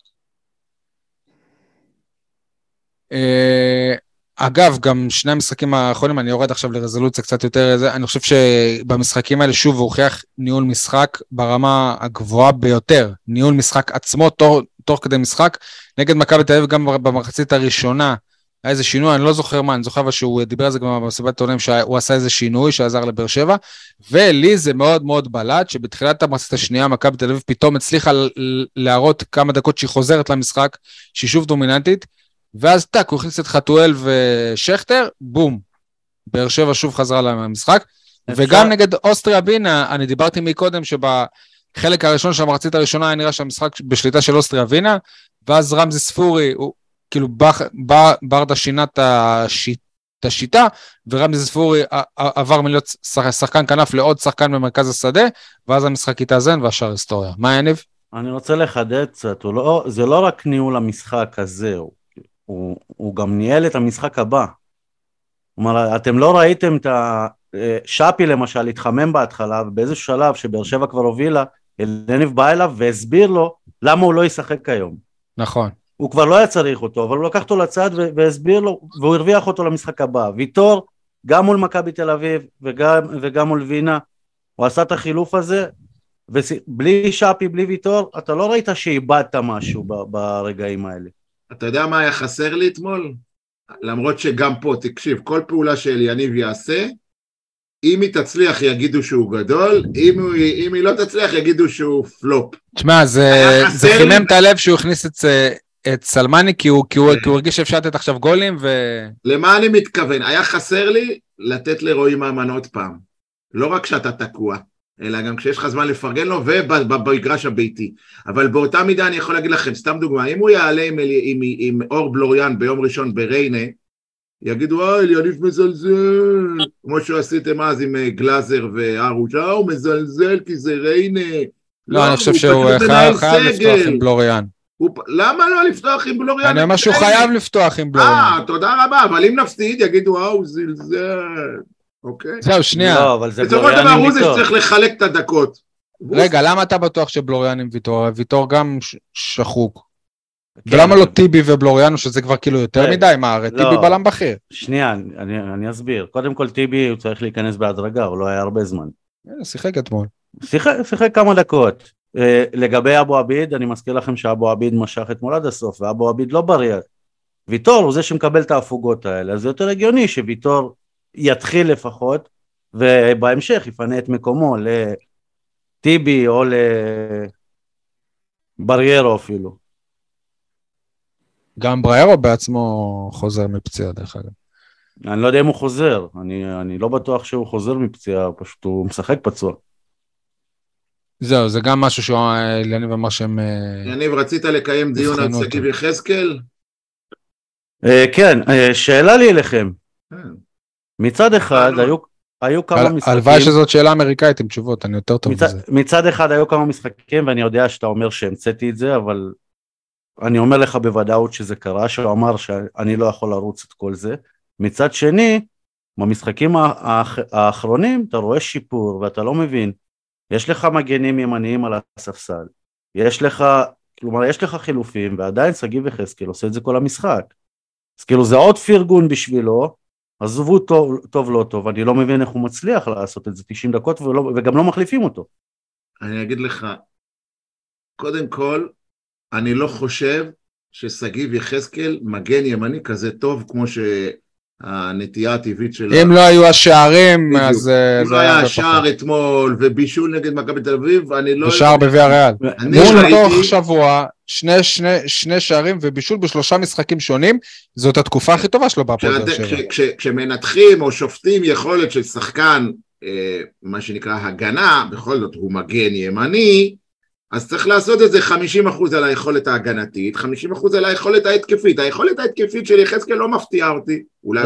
אגב, גם שני המשחקים האחרונים, אני יורד עכשיו לרזולוציה קצת יותר, אני חושב שבמשחקים האלה שוב הוא הוכיח ניהול משחק ברמה הגבוהה ביותר, ניהול משחק עצמו תוך כדי משחק, נגד מכבי תל אביב גם במחצית הראשונה, היה איזה שינוי, אני לא זוכר מה, אני זוכר שהוא דיבר על זה גם במסיבת עיתונאים, שהוא עשה איזה שינוי שעזר לבאר שבע, ולי זה מאוד מאוד בלט, שבתחילת המחצית השנייה, מכבי תל אביב פתאום הצליחה להראות כמה דקות שהיא חוזרת למשחק, שהיא שוב דומיננטית, ואז טק, הוא הכניס את חתואל ושכטר, בום, באר שבע שוב חזרה למשחק, וגם נגד אוסטריה בינה, אני דיברתי מקודם שבחלק הראשון של המחצית הראשונה, היה נראה שהמשחק בשליטה של אוסטריה בינה, ואז רמזי ספורי, הוא כאילו ברדה שינה את השיטה, ורמזי ספורי עבר מלהיות שחקן כנף לעוד שחקן במרכז השדה, ואז המשחק התאזן והשאר היסטוריה. מה יניב? אני רוצה לחדד קצת, זה לא רק ניהול המשחק הזה, הוא גם ניהל את המשחק הבא. כלומר, אתם לא ראיתם את שפי למשל התחמם בהתחלה, ובאיזשהו שלב שבאר שבע כבר הובילה, אליניב בא אליו והסביר לו למה הוא לא ישחק היום. נכון. הוא כבר לא היה צריך אותו, אבל הוא לקח אותו לצד והסביר לו, והוא הרוויח אותו למשחק הבא. ויטור, גם מול מכבי תל אביב וגם מול וינה, הוא עשה את החילוף הזה, ובלי שפי, בלי ויטור, אתה לא ראית שאיבדת משהו ברגעים האלה. אתה יודע מה היה חסר לי אתמול? למרות שגם פה, תקשיב, כל פעולה שאליניב יעשה, אם היא תצליח יגידו שהוא גדול, אם היא לא תצליח יגידו שהוא פלופ. תשמע, זה חימם את הלב שהוא הכניס את סלמני, כי הוא הרגיש שאפשר לתת עכשיו גולים למה אני מתכוון? היה חסר לי לתת לרועי מאמן עוד פעם. לא רק שאתה תקוע, אלא גם כשיש לך זמן לפרגן לו, ובמגרש הביתי. אבל באותה מידה אני יכול להגיד לכם, סתם דוגמה, אם הוא יעלה עם אור בלוריאן ביום ראשון בריינה, יגידו, אליניב מזלזל, כמו שעשיתם אז עם גלאזר וארוש, הוא מזלזל כי זה ריינה. לא, אני חושב שהוא חייב לפתוח עם בלוריאן. למה לא לפתוח עם בלוריאן? אני אומר שהוא חייב לפתוח עם בלוריאן. תודה רבה, אבל אם נפסיד, יגידו, הוא זלזל. אוקיי? זהו, שנייה. לא, אבל זה בלוריאן עם ויטור. בצורות דבר הוא זה שצריך לחלק את הדקות. רגע, למה אתה בטוח שבלוריאן עם ויטור? ויטור גם שחוק. ולמה לא טיבי ובלוריאן, שזה כבר כאילו יותר מדי, מה, הרי טיבי בלם בכיר. שנייה, אני אסביר. קודם כל טיבי הוא צריך להיכנס בהדרגה, הוא לא היה הרבה זמן. שיחק אתמול. שיחק כמה דקות. לגבי אבו עביד, אני מזכיר לכם שאבו עביד משך אתמול עד הסוף, ואבו עביד לא בריא. ויטור הוא זה שמקבל את ההפוגות האלה, אז זה יותר הגיוני שוויטור יתחיל לפחות, ובהמשך יפנה את מקומו לטיבי או לבריירו אפילו. גם בריירו בעצמו חוזר מפציעה דרך אגב. אני לא יודע אם הוא חוזר, אני לא בטוח שהוא חוזר מפציעה, פשוט הוא משחק פצוע. זהו, זה גם משהו שיניב אמר שהם... יניב, רצית לקיים דיון על שגיב יחזקאל? כן, שאלה לי אליכם. מצד אחד, היו כמה משחקים... הלוואי שזאת שאלה אמריקאית עם תשובות, אני יותר טוב בזה. מצד אחד היו כמה משחקים, ואני יודע שאתה אומר שהמצאתי את זה, אבל אני אומר לך בוודאות שזה קרה, שהוא אמר שאני לא יכול לרוץ את כל זה. מצד שני, במשחקים האחרונים, אתה רואה שיפור, ואתה לא מבין. יש לך מגנים ימניים על הספסל, יש לך חילופים, ועדיין שגיב יחזקאל עושה את זה כל המשחק. אז כאילו זה עוד פרגון בשבילו, עזבו טוב לא טוב, אני לא מבין איך הוא מצליח לעשות את זה 90 דקות, וגם לא מחליפים אותו. אני אגיד לך, קודם כל, אני לא חושב ששגיב יחזקאל מגן ימני כזה טוב, כמו שהנטייה הטבעית שלו. אם לא היו השערים, אז... אם לא היה השער אתמול, ובישול נגד מכבי תל אביב, אני לא... השער בוויאריאל. מול תוך שבוע, שני שערים ובישול בשלושה משחקים שונים, זאת התקופה הכי טובה שלו בהפועל באר שבע. כשמנתחים או שופטים יכולת של שחקן, מה שנקרא הגנה, בכל זאת הוא מגן ימני, אז צריך לעשות את זה 50% על היכולת ההגנתית, 50% על היכולת ההתקפית. היכולת ההתקפית של יחזקאל לא מפתיעה אותי.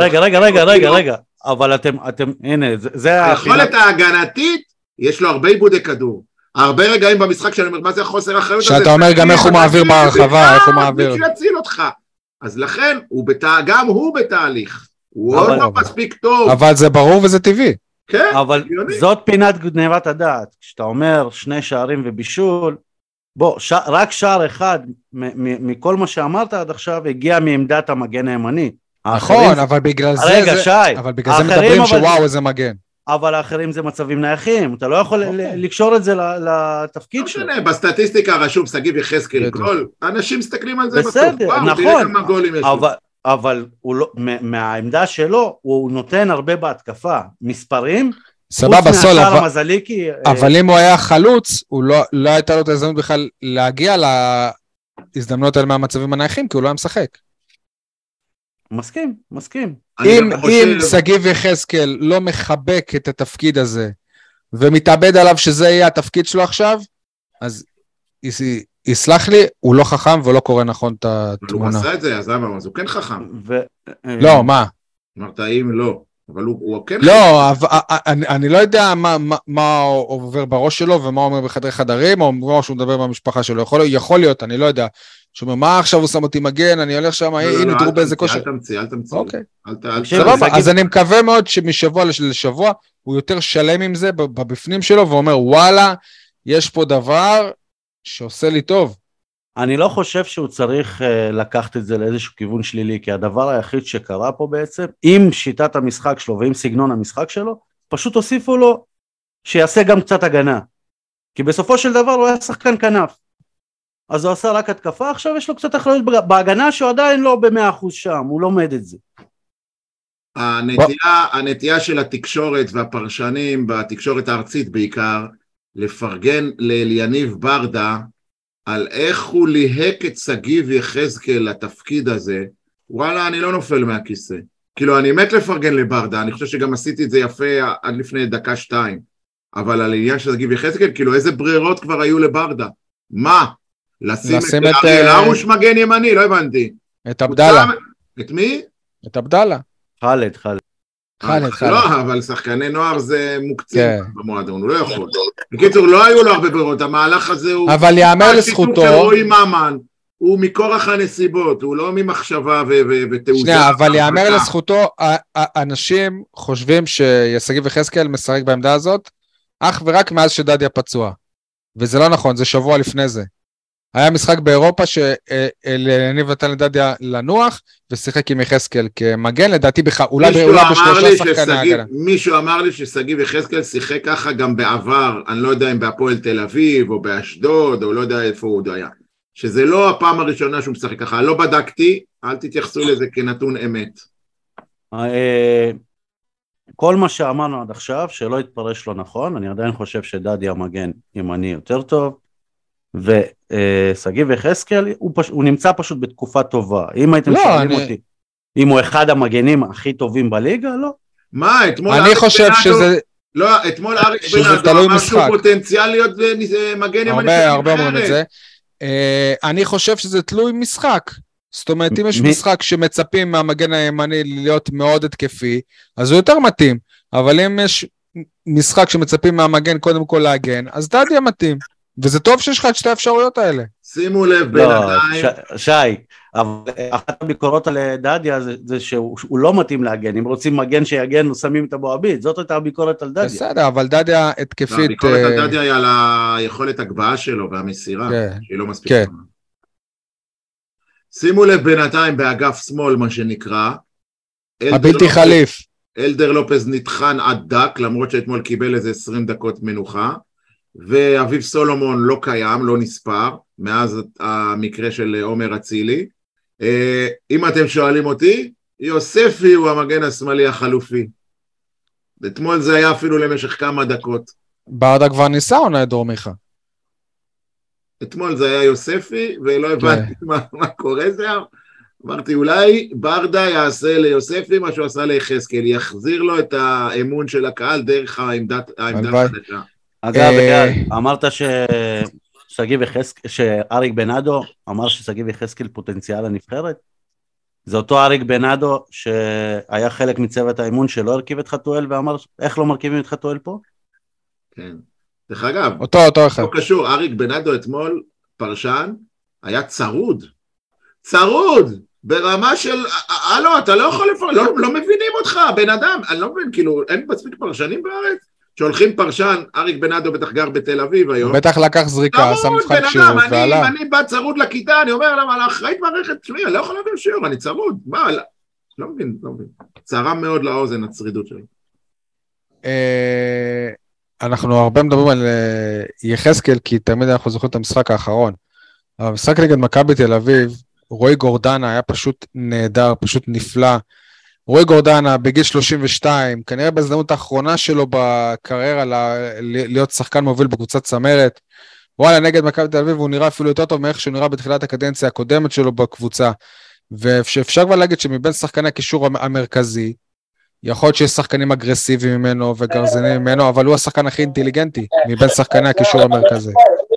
רגע, אבל אתם, הנה, זה... היכולת ההגנתית, יש לו הרבה עיבודי כדור. הרבה רגעים במשחק שאני אומר, מה זה חוסר אחריות? שאתה אומר גם איך הוא מעביר בהרחבה, איך הוא מעביר. בשביל להציל אותך. אז לכן, גם הוא בתהליך. הוא עוד לא מספיק טוב. אבל זה ברור וזה טבעי. כן, אבל זאת פינת גנבת הדעת. כשאתה אומר 2 שערים ובישול, בוא, רק שער אחד מכל מה שאמרת עד עכשיו הגיע מעמדת המגן הימני. נכון, אבל בגלל זה... רגע, שי. אבל בגלל זה מדברים שוואו איזה מגן. אבל האחרים זה מצבים נייחים, אתה לא יכול לקשור את זה לתפקיד שלו. לא משנה, בסטטיסטיקה רשום שגיב יחזקאל, כל אנשים מסתכלים על זה בסדר, נכון, אבל מהעמדה שלו הוא נותן הרבה בהתקפה, מספרים, סבבה, סול, אבל אם הוא היה חלוץ, הוא לא הייתה לו את ההזדמנות בכלל להגיע להזדמנות האלה מהמצבים הנייחים, כי הוא לא היה משחק. מסכים. אם שגיב יחזקאל לא מחבק את התפקיד הזה, ומתאבד עליו שזה יהיה התפקיד שלו עכשיו, אז יסלח לי, הוא לא חכם ולא קורא נכון את התמונה. הוא עשה את זה, אז הוא כן חכם. לא, מה? אמרת אם לא, אבל הוא כן חכם. לא, אני לא יודע מה עובר בראש שלו, ומה אומר בחדרי חדרים, או שהוא מדבר במשפחה שלו. יכול להיות, אני לא יודע. שאומר, מה עכשיו הוא שם אותי מגן, אני הולך שם, הנה תראו באיזה כושר. אל תמציא. אוקיי. סבבה, אז אני מקווה מאוד שמשבוע לשבוע, הוא יותר שלם עם זה בבפנים שלו, ואומר, וואלה, יש פה דבר שעושה לי טוב. אני לא חושב שהוא צריך לקחת את זה לאיזשהו כיוון שלילי, כי הדבר היחיד שקרה פה בעצם, עם שיטת המשחק שלו ועם סגנון המשחק שלו, פשוט הוסיפו לו שיעשה גם קצת הגנה. כי בסופו של דבר הוא היה שחקן כנף. אז הוא עשה רק התקפה, עכשיו יש לו קצת אחריות בהגנה שהוא עדיין לא ב100% שם, הוא לומד את זה. הנטייה של התקשורת והפרשנים, בתקשורת הארצית בעיקר, לפרגן ליניב ברדה, על איך הוא ליהק את שגיב יחזקאל לתפקיד הזה, וואלה, אני לא נופל מהכיסא. כאילו, אני מת לפרגן לברדה, אני חושב שגם עשיתי את זה יפה עד לפני 1-2, אבל על העניין של שגיב יחזקאל, כאילו, איזה ברירות כבר היו לברדה? מה? לשים את אריאל הרוש מגן ימני, לא הבנתי. את אבדלה. את מי? את אבדלה. חלד. לא, אבל שחקני נוער זה מוקצים במועדון, הוא לא יכול. בקיצור, לא היו לו הרבה ברירות, המהלך הזה הוא... אבל יאמר לזכותו... הוא מכורח הנסיבות, הוא לא ממחשבה ותעוזה. שנייה, אבל יאמר לזכותו, אנשים חושבים ששגיב יחזקאל משחק בעמדה הזאת, אך ורק מאז שדדיה פצוע. וזה לא נכון, זה שבוע לפני זה. היה משחק באירופה שלניב נתן לדדיה לנוח, ושיחק עם יחזקאל כמגן, לדעתי אולי בשלושה שחקני הגנה. מישהו אמר לי ששגיב יחזקאל שיחק ככה גם בעבר, אני לא יודע אם בהפועל תל אביב, או באשדוד, או לא יודע איפה הוא היה. שזה לא הפעם הראשונה שהוא משחק ככה, לא בדקתי, אל תתייחסו לזה כנתון אמת. כל מה שאמרנו עד עכשיו, שלא יתפרש לא נכון, אני עדיין חושב שדדיה מגן ימני יותר טוב, ושגיב יחזקאל, הוא נמצא פשוט בתקופה טובה. אם הייתם שואלים אותי, אם הוא אחד המגנים הכי טובים בליגה, לא. מה, אתמול... אני חושב שזה... לא, אתמול אריק שזה בנאדו תלוי אמר שהוא משחק. פוטנציאל להיות מגן ימני של הרבה אומרים את נבחרת. זה. אני חושב שזה תלוי משחק. זאת אומרת, אם יש משחק שמצפים מהמגן הימני להיות מאוד התקפי, אז הוא יותר מתאים. אבל אם יש משחק שמצפים מהמגן קודם כל להגן, אז דדיה מתאים. וזה טוב שיש לך את שתי האפשרויות האלה. שימו לב לא, בינתיים. שי, אבל אחת הביקורות על דדיה זה שהוא לא מתאים להגן, אם רוצים מגן שיגן, שמים את הבועבית, זאת הייתה הביקורת על דדיה. בסדר, אבל דדיה התקפית... הביקורת על דדיה היא על היכולת הגבהה שלו והמסירה, שהיא לא מספיק. שימו לב בינתיים באגף שמאל, מה שנקרא. הבלתי חליף. אלדר לופז נטחן עד דק, למרות שאתמול קיבל איזה 20 דקות מנוחה, ואביב סולומון לא קיים, לא נספר, מאז המקרה של עומר אצילי. אם אתם שואלים אותי, יוספי הוא המגן השמאלי החלופי. אתמול זה היה אפילו למשך כמה דקות. ברדה כבר ניסה או נהדור מיכה? אתמול זה היה יוספי, ולא הבנתי מה קורה זה. אמרתי, אולי ברדה יעשה ליוספי מה שהוא עשה ליחזקאל, יחזיר לו את האמון של הקהל דרך העמדה החדשה. אגב, אמרת שאריק בנאדו אמר שסגיב יחזקאל פוטנציאל הנבחרת? זה אותו אריק בנאדו שהיה חלק מצוות האימון שלא הרכיב את חתואל ואמר איך לא מרכיבים את חתואל פה? כן. דרך אגב, אותו אחד. לא קשור, אריק בנאדו אתמול פרשן היה צרוד, ברמה של, הלו, אתה לא יכול לא מבינים אותך, בן אדם, אני לא מבין, כאילו, אין מספיק פרשנים בארץ? שהולכים פרשן, אריק בנאדו בטח גר בתל אביב היום. בטח לקח זריקה, שם מבחן כשירות ועלה. אני בא צרוד לכיתה, אני אומר למה, לאחראית מערכת, תשמעי, אני לא יכול להבין שיעור, אני צרוד, מה, לא מבין. צרם מאוד לאוזן, הצרידות שלי. אנחנו הרבה מדברים על יחזקאל, כי תמיד אנחנו זוכרים את המשחק האחרון. המשחק נגד מכבי תל אביב, רועי גורדנה היה פשוט נהדר, פשוט נפלא. רועי גורדנה בגיל 32, כנראה בהזדמנות האחרונה שלו בקריירה להיות שחקן מוביל בקבוצת צמרת. וואלה, נגד מכבי תל אביב הוא נראה אפילו יותר טוב מאיך שהוא נראה בתחילת הקדנציה הקודמת שלו בקבוצה. ואפשר כבר להגיד שמבין שחקני הקישור המרכזי, יכול להיות שיש שחקנים אגרסיביים ממנו וגרזנים ממנו, אבל הוא השחקן הכי אינטליגנטי מבין שחקני הקישור המרכזי.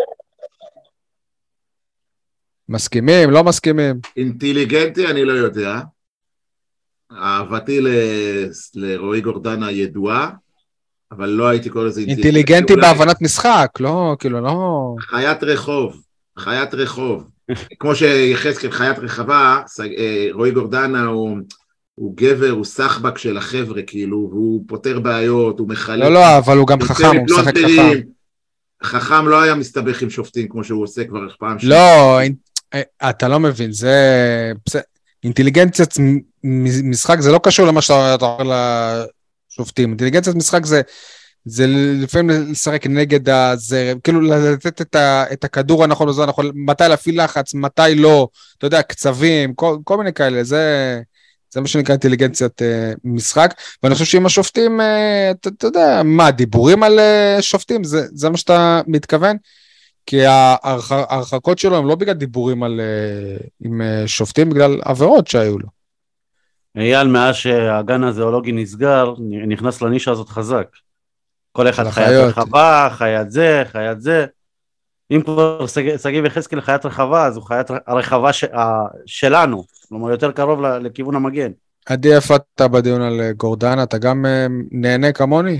מסכימים? לא מסכימים? אינטליגנטי אני לא יודע. אהבתי לרועי גורדנה ידועה, אבל לא הייתי קורא לזה אינטליגנטי בהבנת משחק, לא, כאילו, לא... חיית רחוב. כמו שיחזקאל חיית רחבה, רועי גורדנה הוא גבר, הוא סחבק של החבר'ה, כאילו, והוא פותר בעיות, הוא מחלק... לא, אבל הוא גם חכם, הוא משחק חכם. חכם לא היה מסתבך עם שופטים, כמו שהוא עושה כבר פעם שני. לא, אתה לא מבין, זה... אינטליגנציית משחק זה לא קשור למה שאתה אומר לשופטים. אינטליגנציית משחק זה לפעמים לשחק נגד הזרם, כאילו לתת את הכדור הנכון, מתי להפעיל לחץ, מתי לא, אתה יודע, קצבים, כל מיני כאלה, זה מה שנקרא אינטליגנציית משחק, ואני חושב שאם השופטים, אתה יודע, מה, דיבורים על שופטים, זה מה שאתה מתכוון? כי ההרחקות שלו הם לא בגלל דיבורים עם שופטים, בגלל עבירות שהיו לו. אייל, מאז שהגן הזואולוגי נסגר, נכנס לנישה הזאת חזק. כל אחד חיית רחבה, חיית זה. אם כבר סגיב יחזקאל חיית רחבה, אז הוא חיית הרחבה שלנו, כלומר יותר קרוב לכיוון המגן. עדי, איפה אתה בדיון על גורדנה? אתה גם נהנה כמוני?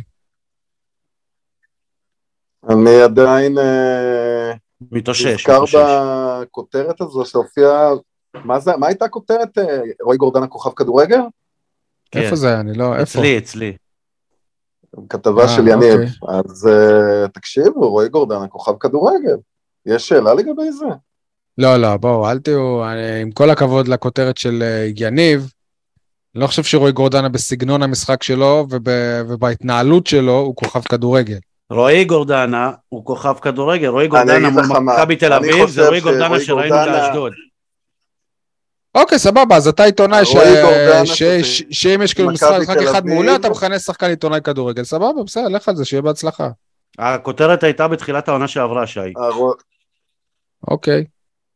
אני עדיין מתאושש. נזכר בכותרת הזו שהופיעה, מה הייתה הכותרת? רועי גורדנה כוכב כדורגל? איפה זה? אני לא, איפה? אצלי. כתבה של יניב. אז תקשיבו, רועי גורדנה כוכב כדורגל. יש שאלה לגבי זה? לא, בואו, אל תהיו, עם כל הכבוד לכותרת של יניב, אני לא חושב שרועי גורדנה בסגנון המשחק שלו ובהתנהלות שלו הוא כוכב כדורגל. רועי גורדנה הוא כוכב כדורגל, רועי גורדנה מול מכבי תל אביב, זה רועי גורדנה שראינו באשדוד. אוקיי, סבבה, אז אתה עיתונאי שאם יש כאילו משחק אחד מעולה, אתה מכנס שחקן עיתונאי כדורגל, סבבה, בסדר, לך על זה, שיהיה בהצלחה. הכותרת הייתה בתחילת העונה שעברה, שי. אוקיי.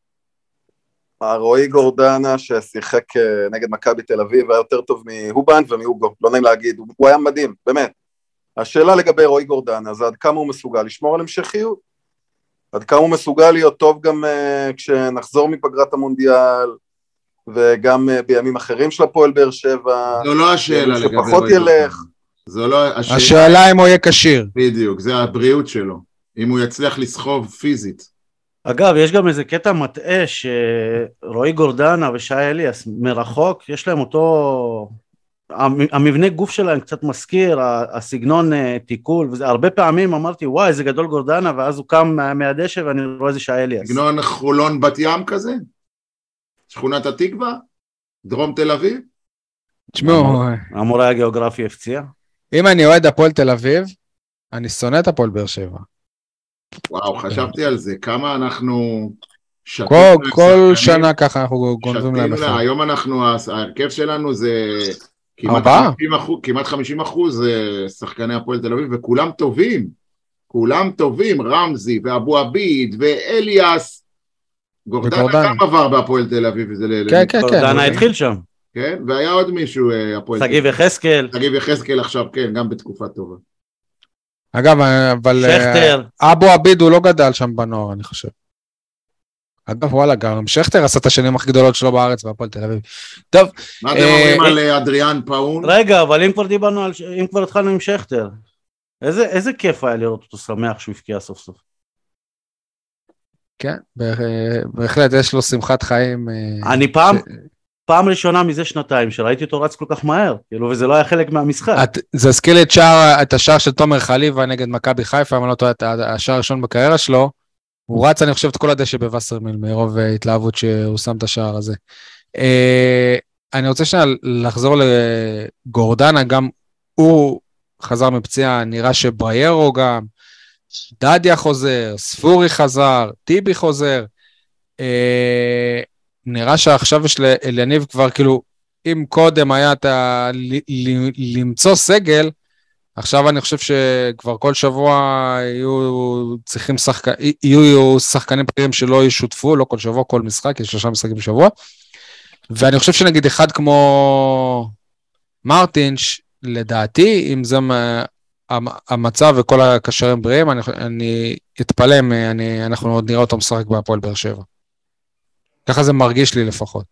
רועי גורדנה ששיחק נגד מכבי תל אביב, היה יותר טוב מהובן ומהוגו, לא נעים להגיד, הוא היה מדהים, באמת. השאלה לגבי רועי גורדנה, זה עד כמה הוא מסוגל לשמור על המשכיות, עד כמה הוא מסוגל להיות טוב גם כשנחזור מפגרת המונדיאל, וגם בימים אחרים של הפועל באר שבע. זו לא השאלה לגבי שפחות ילך. זו לא השאלה אם הוא יהיה כשיר. בדיוק, זה הבריאות שלו. אם הוא יצליח לסחוב פיזית. אגב, יש גם איזה קטע מטעה שרועי גורדנה ושי אליאס מרחוק, יש להם אותו, המבנה גוף שלהם קצת מזכיר, הסגנון תיקול, וזה הרבה פעמים אמרתי, וואי, איזה גדול גורדנה, ואז הוא קם מהדשא ואני רואה איזה שי אליאס. סגנון חולון בת ים כזה? שכונת התקווה? דרום תל אביב? תשמעו, המורה הגיאוגרפי הפציע. אם אני אוהד הפועל תל אביב, אני שונא את הפועל באר שבע. וואו, חשבתי על זה, כמה אנחנו כל שנה ככה אנחנו גונבים להם אחד. היום ההרכב שלנו זה כמעט 50% שחקני הפועל תל אביב, וכולם טובים, רמזי ואבו עביד ואליאס, גורדנה גם עבר בהפועל תל אביב. כן. גורדנה התחיל שם. כן, והיה עוד מישהו, שגיב יחזקאל עכשיו, כן, גם בתקופה טובה. אגב, אבל אבו עביד הוא לא גדל שם בנוער, אני חושב. אגב, וואלה, גם שכטר עשה את השנים הכי גדולות שלו בארץ, בהפועל תל אביב. טוב. מה אתם אומרים על אדריאן פאון? רגע, אבל אם כבר התחלנו עם שכטר, איזה כיף היה לראות אותו שמח שהוא הפקיע סוף סוף. כן, בהחלט יש לו שמחת חיים. אני פעם ראשונה מזה שנתיים שראיתי אותו רץ כל כך מהר, כאילו, וזה לא היה חלק מהמשחק. זה הזכיר לי את השער של תומר חליבה נגד מכבי חיפה, אבל לא טועה, השער הראשון בקריירה שלו, הוא רץ, אני חושב, את כל הדשא בווסרמיל, מרוב התלהבות שהוא שם את השער הזה. אני רוצה שנייה לחזור לגורדנה, גם הוא חזר מפציעה, נראה שבריירו גם, דדיה חוזר, ספורי חזר, טיבי חוזר, נראה שעכשיו יש ליניב כבר, כאילו, אם קודם היה למצוא סגל, עכשיו אני חושב שכבר כל שבוע יהיו שחקנים בכירים שלא ישותפו, לא כל שבוע, כל משחק, יש 3 משחקים בשבוע, ואני חושב שנגיד אחד כמו מרטינש, לדעתי, אם זה המצב וכל הקשרים בריאים, אני אתפלא, אנחנו עוד נראה אותו משחק בהפועל באר שבע. ככה זה מרגיש לי לפחות.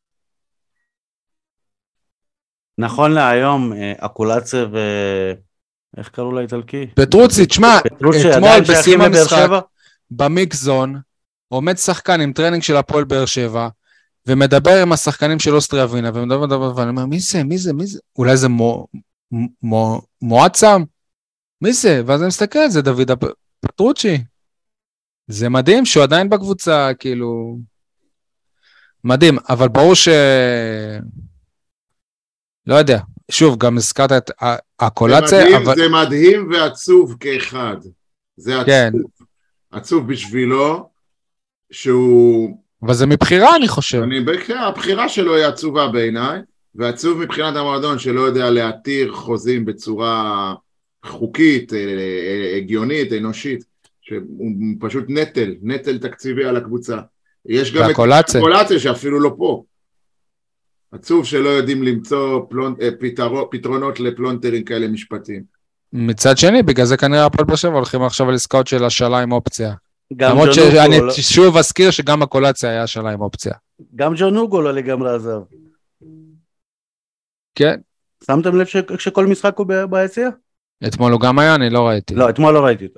נכון להיום, אקולציה איך קראו לאיטלקי? פטרוצי, תשמע, אתמול בסיום המשחק, במיקזון, עומד שחקן עם טרנינג של הפועל באר שבע, ומדבר עם השחקנים של אוסטריה ווינה, ואני אומר, מי זה? אולי זה מועצם? מי זה? ואז אני מסתכל על זה, דוד פטרוצ'י. זה מדהים שהוא עדיין בקבוצה, כאילו... מדהים, אבל ברור לא יודע, שוב, גם הזכרת את הקולציה, זה מדהים ועצוב כאחד. זה עצוב. כן. עצוב בשבילו, שהוא... אבל זה מבחירה, אני חושב. הבחירה שלו היא עצובה בעיניי, ועצוב מבחינת המועדון שלא יודע להתיר חוזים בצורה חוקית, הגיונית, אנושית, שהוא פשוט נטל תקציבי על הקבוצה. יש גם את הקולציה שאפילו לא פה. עצוב שלא יודעים למצוא פתרונות לפלונטרים כאלה משפטיים. מצד שני, בגלל זה כנראה הפועל באר שבע הולכים עכשיו על עסקאות של השאלה עם אופציה. למרות שאני שוב אזכיר שגם הקולציה היה השאלה עם אופציה. גם ג'ון הוגו לא לגמרי עזב. כן. שמתם לב שכל משחק הוא ביציע? אתמול הוא גם היה, אני לא ראיתי. לא, אתמול לא ראיתי אותו.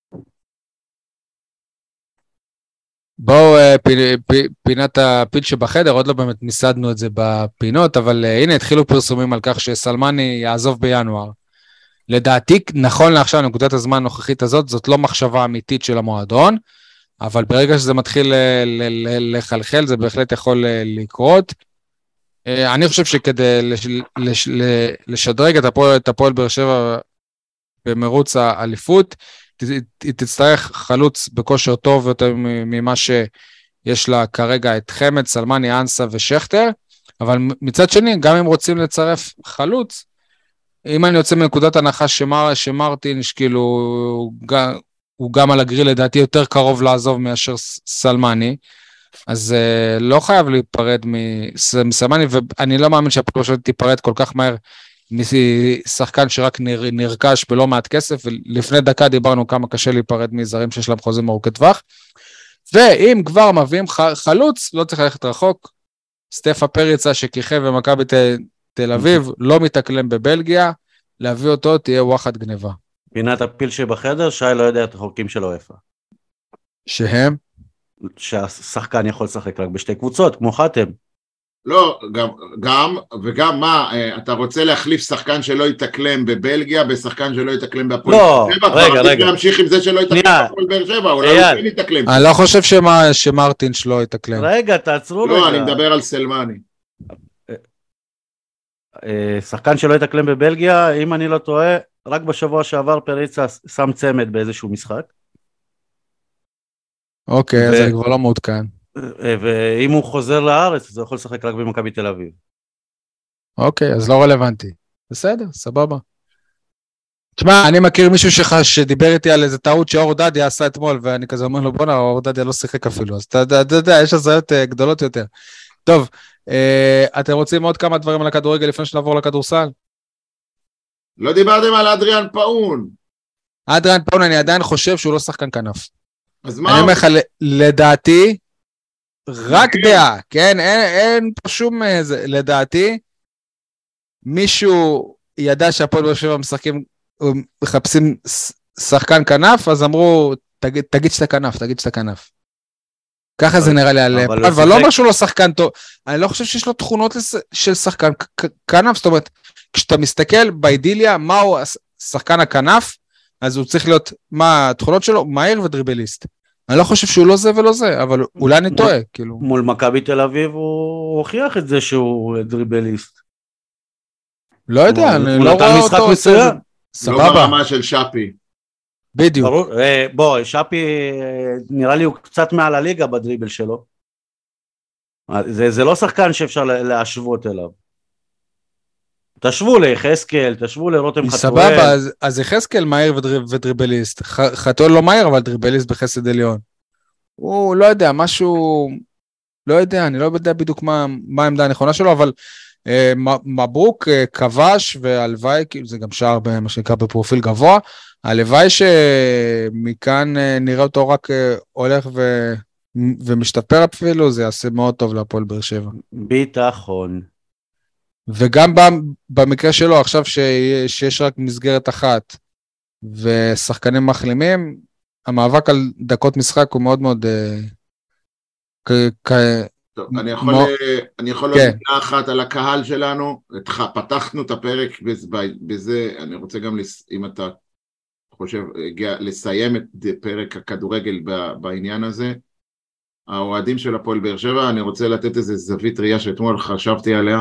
בואו, פינת הפיל שבחדר, עוד לא באמת ניסדנו את זה בפינות, אבל הנה התחילו פרסומים על כך שסלמני יעזוב בינואר. לדעתי, נכון לעכשיו, נקודת הזמן הנוכחית הזאת, זאת לא מחשבה אמיתית של המועדון, אבל ברגע שזה מתחיל לחלחל, זה בהחלט יכול לקרות. אני חושב שכדי לשדרג את הפועל באר שבע במרוץ האליפות, היא תצטרך חלוץ בכושר טוב יותר ממה שיש לה כרגע את חמד, סלמני, אנסה ושכטר, אבל מצד שני, גם אם רוצים לצרף חלוץ, אם אני יוצא מנקודת הנחה שמרטין, כאילו, הוא גם על הגריל, לדעתי יותר קרוב לעזוב מאשר סלמני, אז לא חייב להיפרד מסלמני, ואני לא מאמין שהפועל תיפרד כל כך מהר שחקן שרק נרכש בלא מעט כסף, ולפני דקה דיברנו כמה קשה להיפרד מזרים שיש להם חוזים ארוכי טווח, ואם כבר מביאים חלוץ, לא צריך ללכת רחוק, סטפה פריצה שכיכב במכבי תל אביב, לא מתאקלם בבלגיה, להביא אותו תהיה וואחד גניבה. פינת הפיל שבחדר, שי לא יודע את החוקים של אופה. שהם? שהשחקן יכול לשחק רק בשתי קבוצות, כמו חתם. לא, וגם מה, אתה רוצה להחליף שחקן שלא יתאקלם בבלגיה, בשחקן שלא יתאקלם בהפועל לא, באר שבע? רגע. להמשיך עם זה שלא יתאקלם בהפועל באר שבע, אולי הוא כן יתאקלם. אני לא חושב שמרטינש לא יתאקלם. רגע, תעצרו רגע. לא, אני מדבר על סלמני. שחקן שלא יתאקלם בבלגיה, אם אני לא טועה, רק בשבוע שעבר פריצה שם צמד באיזשהו משחק. אוקיי, אז אני כבר לא מעודכן. ואם הוא חוזר לארץ, אז הוא יכול לשחק רק במכבי תל אביב. אוקיי, אז לא רלוונטי. בסדר, סבבה. תשמע, אני מכיר מישהו שדיבר איתי על איזה טעות שאור דדיה עשה אתמול, ואני כזה אומר לו, בונה, אור דדיה לא שיחק אפילו, אז אתה יודע, יש הזיות גדולות יותר. טוב, אתם רוצים עוד כמה דברים על הכדורגל לפני שנעבור לכדורסל? לא דיברתם על אדריאן פאון. אדריאן פאון, אני עדיין חושב שהוא לא שחקן כנף. אז מה? אני אומר לך, לדעתי, רק דעה, כן? אין פה שום, לדעתי, מישהו ידע שהפועל באר שבע מחפשים שחקן כנף, אז אמרו, תגיד שאתה כנף. ככה זה נראה לי על פאון, אבל לא אומר שהוא לא שחקן טוב, אני לא חושב שיש לו תכונות של שחקן כנף, זאת אומרת, כשאתה מסתכל באידיליה, מהו שחקן הכנף, אז הוא צריך להיות, מה התכונות שלו? מהיר ודריבליסט. אני לא חושב שהוא לא זה ולא זה, אבל אולי אני טועה, כאילו. מול מכבי תל אביב הוא הוכיח את זה שהוא דריבליסט. לא יודע, אני לא רואה אותו. סבבה. לא ברמה של שפי. בדיוק. בוא, שפי נראה לי הוא קצת מעל הליגה בדריבל שלו. זה לא שחקן שאפשר להשוות אליו. תשוו ליחזקאל, תשוו לרותם חתואל. סבבה, אז יחזקאל מהיר ודריבליסט. חתואל לא מהיר, אבל דריבליסט בחסד עליון. הוא לא יודע, משהו, לא יודע, אני לא יודע בדיוק מה העמדה הנכונה שלו, אבל מברוק כבש והלוואי, זה גם שער במה שנקרא בפרופיל גבוה, הלוואי שמכאן נראה אותו רק הולך ומשתפר אפילו, זה יעשה מאוד טוב להפועל באר שבע. ביטחון. וגם במקרה שלו, עכשיו שיש רק מסגרת אחת, ושחקנים מחלימים, המאבק על דקות משחק הוא מאוד מאוד... טוב, אני יכול עוד מילה אחת על הקהל שלנו, פתחנו את הפרק בזה, אני רוצה גם, אם אתה חושב, לסיים את פרק הכדורגל בעניין הזה, האוהדים של הפועל באר שבע, אני רוצה לתת איזה זווית ראייה שאתמול חשבתי עליה,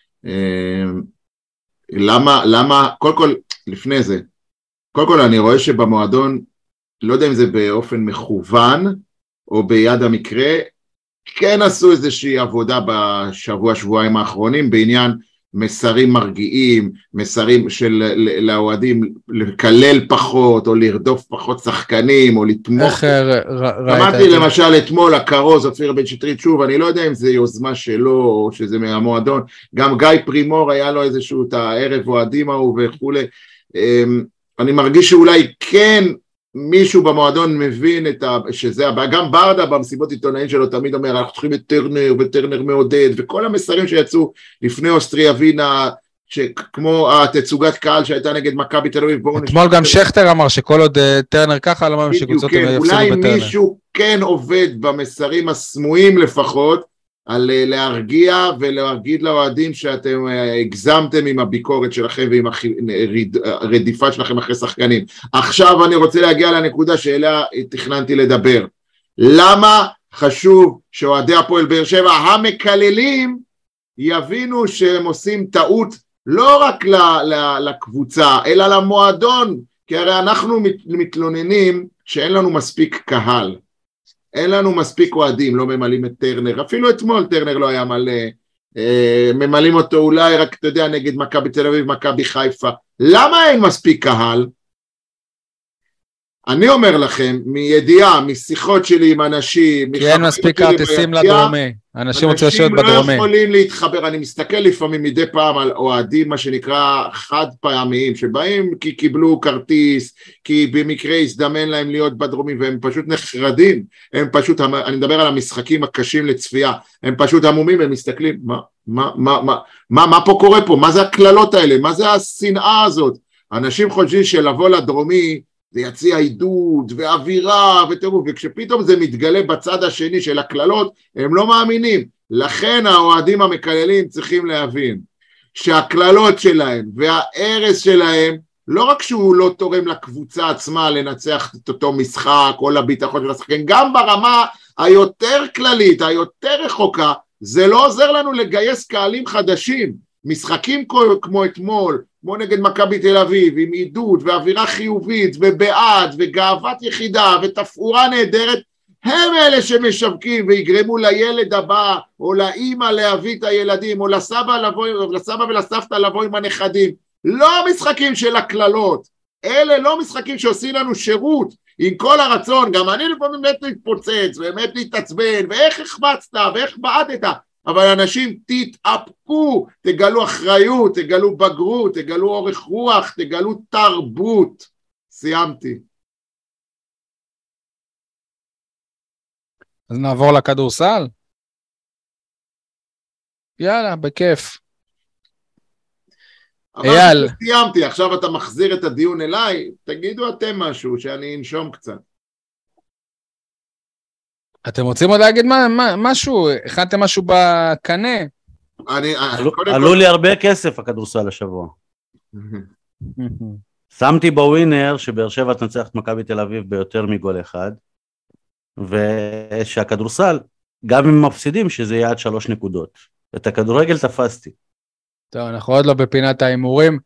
למה, קודם כל, לפני זה, קודם כל אני רואה שבמועדון, לא יודע אם זה באופן מכוון, או ביד המקרה, כן עשו איזושהי עבודה שבועיים האחרונים, בעניין מסרים מרגיעים, מסרים של לאוהדים לקלל פחות, או לרדוף פחות שחקנים, או לתמוך. איך שמעתי למשל אתמול, הקרוז, אופיר בן שטרית, שוב, אני לא יודע אם זה יוזמה שלו, או שזה מהמועדון, גם גיא פרימור היה לו איזשהו את הערב אוהדים ההוא וכו'. אני מרגיש שאולי כן, מישהו במועדון מבין שזה הבא, גם ברדה במסיבות עיתונאים שלו תמיד אומר, אנחנו צריכים את טרנר, וטרנר מעודד, וכל המסרים שיצאו לפני אוסטריה וינה, כמו התצוגת קהל שהייתה נגד מכבי תל אביב, אתמול גם שכטר אמר שכל עוד טרנר ככה, לא מאמין שקבוצות הם יפסידו בטרנר. אולי מישהו כן עובד במסרים הסמויים לפחות, על להרגיע ולהגיד לאוהדים שאתם הגזמתם עם הביקורת שלכם ועם הרדיפה שלכם אחרי שחקנים. עכשיו אני רוצה להגיע לנקודה שאליה תכננתי לדבר. למה חשוב שאוהדי הפועל באר שבע המקללים יבינו שהם עושים טעות לא רק לקבוצה אלא למועדון, כי הרי אנחנו מתלוננים שאין לנו מספיק קהל. אין לנו מספיק אוהדים, לא ממלאים את טרנר, אפילו אתמול טרנר לא היה מלא, ממלאים אותו אולי רק, אתה יודע, נגד מכבי תל אביב, מכבי חיפה. למה אין מספיק קהל? אני אומר לכם, מידיעה, משיחות שלי עם אנשים, כי אין מספיק כרטיסים לדרומי, אנשים רוצים לשבת בדרומי. אנשים לא יכולים להתחבר, אני מסתכל לפעמים מדי פעם על אוהדים, מה שנקרא חד פעמיים, שבאים כי קיבלו כרטיס, כי במקרה הזדמן להם להיות בדרומי, והם פשוט נחרדים, הם פשוט, אני מדבר על המשחקים הקשים לצפייה, הם פשוט המומים, הם מסתכלים, מה פה קורה פה, מה זה הכללות האלה, מה זה השנאה הזאת, אנשים חושבים שלבוא לדרומי, זה יציע עידוד ואווירה וטירוף, וכשפתאום זה מתגלה בצד השני של הכללות, הם לא מאמינים. לכן האוהדים המקללים צריכים להבין שהכללות שלהם והארס שלהם, לא רק שהוא לא תורם לקבוצה עצמה לנצח את אותו משחק או לביטחון של השחקן, גם ברמה היותר כללית, היותר רחוקה, זה לא עוזר לנו לגייס קהלים חדשים. משחקים כמו אתמול, כמו נגד מכבי תל אביב, עם עידוד ואווירה חיובית ובעד וגאוות יחידה ותפאורה נהדרת, הם אלה שמשווקים ויגרמו לילד הבא או לאמא להביא את הילדים או לסבא ולסבתא לבוא עם הנכדים. לא משחקים של הכללות, אלה לא משחקים שעושים לנו שירות עם כל הרצון, גם אני לפעמים באמת להתפוצץ ובאמת להתעצבן ואיך החמצת ואיך בעדת, אבל אנשים תתאפקו, תגלו אחריות, תגלו בגרות, תגלו אורך רוח, תגלו תרבות. סיימתי. אז נעבור לכדורסל? יאללה, בכיף. אבל סיימתי, עכשיו אתה מחזיר את הדיון אליי, תגידו אתם משהו, שאני אנשום קצת. אתם רוצים עוד להגיד משהו? הכנתם משהו בקנה? עלו לי הרבה כסף הכדורסל השבוע. שמתי בווינר שבאר שבע תנצח את מכבי תל אביב ביותר מגול אחד, ושהכדורסל, גם אם מפסידים, שזה יהיה עד 3 נקודות. את הכדורגל תפסתי. טוב, אנחנו עוד לא בפינת האימורים.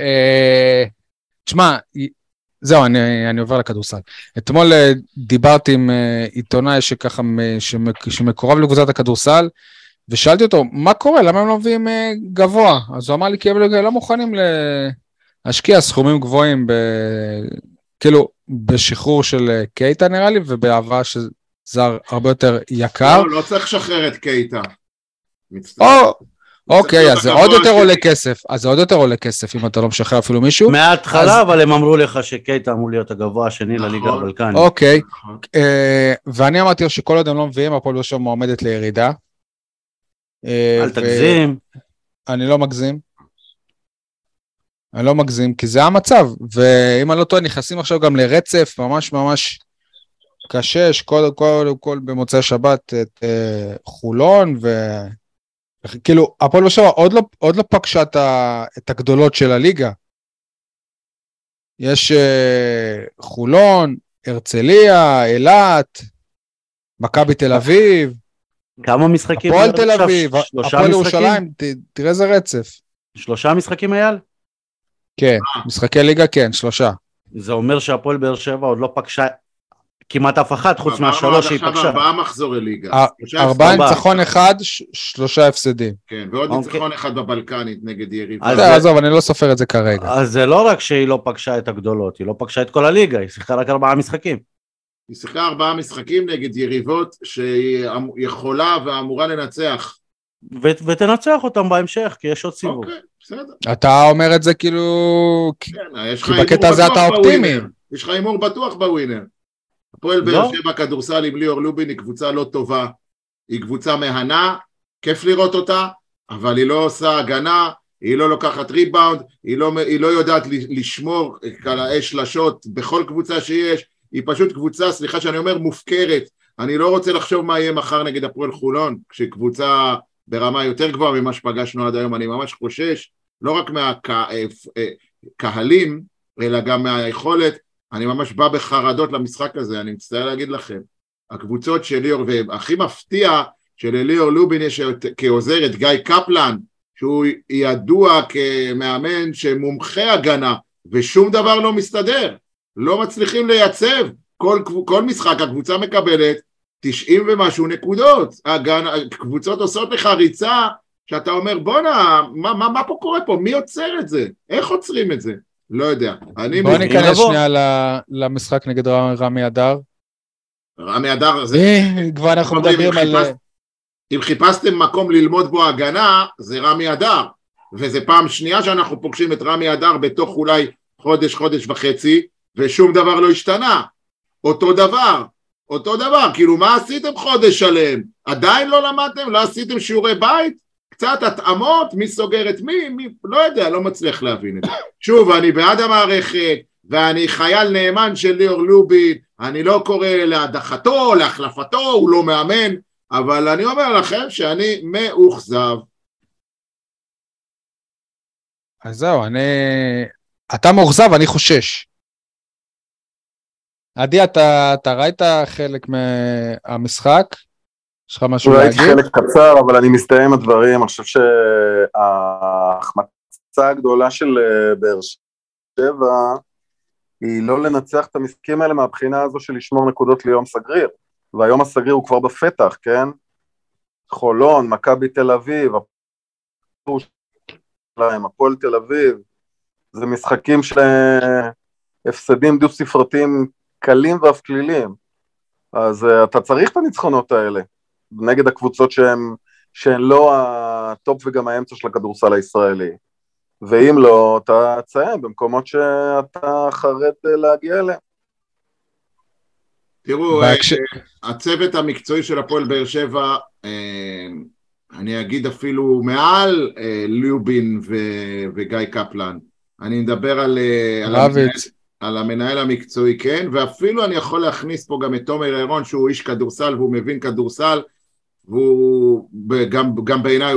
תשמע, זהו, אני עובר לכדורסל. אתמול דיברתי עם עיתונאי שככה, שמקורב לקבוצת הכדורסל, ושאלתי אותו, מה קורה? למה הם לא מביאים גבוה? אז הוא אמר לי, כי הם לא מוכנים להשקיע סכומים גבוהים, כאילו, בשחרור של קייטה נראה לי, ובהבאה שזה הרבה יותר יקר. לא צריך לשחרר את קייטה. אוקיי, אז זה עוד יותר עולה כסף, אם אתה לא משחרר אפילו מישהו. מההתחלה, אבל הם אמרו לך שקייטה אמור להיות הגבוה השני לליגה הבלקנית. אוקיי, ואני אמרתי לו שכל עוד הם לא מביאים, הפועל באר שבע מועמדת לירידה. אל תגזים. אני לא מגזים, כי זה המצב, ואם אני לא טועה, נכנסים עכשיו גם לרצף, ממש ממש קשה, כל במוצאי שבת את חולון, כאילו, הפועל באר שבע עוד לא פגשה את הגדולות של הליגה. יש חולון, הרצליה, אילת, מכבי תל אביב, כמה משחקים? הפועל תל אביב, הפועל ירושלים, תראה איזה רצף. 3 משחקים אייל? כן, משחקי ליגה כן, 3. זה אומר שהפועל באר שבע עוד לא פגשה כמעט אף אחת, חוץ מה3 שהיא פגשה. 4 מחזורי ליגה. 4 ניצחון 1, 3 הפסדים. כן, ועוד ניצחון 1 בבלקנית נגד יריב. עזוב, אני לא סופר את זה כרגע. אז זה לא רק שהיא לא פגשה את הגדולות, היא לא פגשה את כל הליגה, היא שיחקה רק 4 משחקים. היא שיחקה 4 משחקים נגד יריבות שהיא יכולה ואמורה לנצח. ותנצח אותם בהמשך, כי יש עוד סיבוב. אוקיי, בסדר. אתה אומר את זה כאילו... כן, יש לך כי בקטע הזה אתה אופטימי. יש לך אימור בטוח בווינר. הפועל באר שבע כדורסל עם ליאור לובין היא קבוצה לא טובה, היא קבוצה מהנה, כיף לראות אותה, אבל היא לא עושה הגנה, היא לא לוקחת ריבאונד, היא לא יודעת לשמור על האש שלשות בכל קבוצה שיש, היא פשוט קבוצה, סליחה שאני אומר, מופקרת. אני לא רוצה לחשוב מה יהיה מחר נגד הפועל חולון, כשקבוצה ברמה יותר גבוהה ממה שפגשנו עד היום, אני ממש חושש, לא רק מהקהלים, אלא גם מהיכולת, אני ממש בא בחרדות למשחק הזה, אני מצטער להגיד לכם, הקבוצות של ליאור, והכי מפתיע שלליאור לובין יש כעוזר את גיא קפלן, שהוא ידוע כמאמן שמומחה הגנה, ושום דבר לא מסתדר, לא מצליחים לייצב, כל משחק הקבוצה מקבלת 90 ומשהו נקודות, הקבוצות עושות לך ריצה, שאתה אומר בונה, מה פה קורה פה, מי עוצר את זה, איך עוצרים את זה? לא יודע. בוא ניכנס שנייה למשחק נגד רמי אדר. רמי אדר, כבר אנחנו מדברים על... אם חיפשתם מקום ללמוד בו הגנה, זה רמי אדר, וזה פעם שנייה שאנחנו פוגשים את רמי אדר בתוך אולי חודש וחצי, ושום דבר לא השתנה. אותו דבר, כאילו מה עשיתם חודש שלם? עדיין לא למדתם? לא עשיתם שיעורי בית? קצת התאמות? מי סוגר את מי? לא יודע, לא מצליח להבין את זה. שוב, אני בעד המערכת, ואני חייל נאמן של ליאור לובין, אני לא קורא להדחתו, להחלפתו, הוא לא מאמן, אבל אני אומר לכם שאני מאוכזב. אז זהו, אתה מאוכזב, אני חושש. עדי, אתה ראית חלק מהמשחק? יש לך משהו להגיד? ראיתי חלק קצר, אבל אני מסתיים הדברים. אני חושב שההחמצה הגדולה של באר שבע היא לא לנצח את המשחקים האלה מהבחינה הזו של לשמור נקודות ליום סגריר. והיום הסגריר הוא כבר בפתח, כן? חולון, מכבי תל אביב, הפועל תל אביב, זה משחקים של הפסדים דו ספרתיים קלים ואף כלילים. אז אתה צריך את הניצחונות האלה, נגד הקבוצות שהן לא הטופ וגם האמצע של הכדורסל הישראלי. ואם לא, אתה תסיים במקומות שאתה חרד להגיע אליהם. תראו, הצוות המקצועי של הפועל באר שבע, אני אגיד אפילו מעל לובין וגיא קפלן, אני מדבר על המנהל המקצועי, כן, ואפילו אני יכול להכניס פה גם את תומר אירון, שהוא איש כדורסל והוא מבין כדורסל, והוא גם בעיניי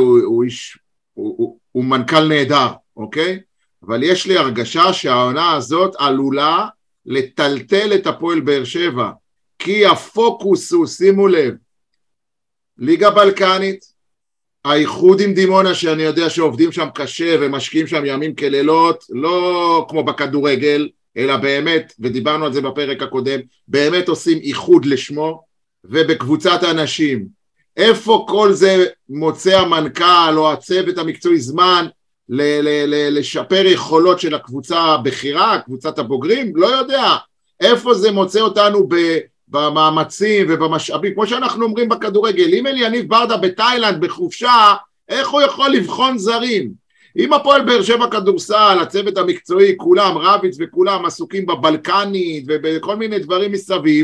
הוא מנכ"ל נהדר, אוקיי? אבל יש לי הרגשה שהעונה הזאת עלולה לטלטל את הפועל באר שבע, כי הפוקוס הוא, שימו לב, ליגה בלקנית, האיחוד עם דימונה שאני יודע שעובדים שם קשה ומשקיעים שם ימים כלילות, לא כמו בכדורגל, אלא באמת, ודיברנו על זה בפרק הקודם, באמת עושים איחוד לשמו, ובקבוצת אנשים. איפה כל זה מוצא המנכ"ל או הצוות המקצועי זמן לשפר יכולות של הקבוצה הבכירה, קבוצת הבוגרים? לא יודע. איפה זה מוצא אותנו במאמצים ובמשאבים, כמו שאנחנו אומרים בכדורגל, אם יניב ברדה בתאילנד בחופשה, איך הוא יכול לבחון זרים? אם הפועל באר שבע כדורסל, הצוות המקצועי, כולם, רביץ וכולם עסוקים בבלקנית ובכל מיני דברים מסביב,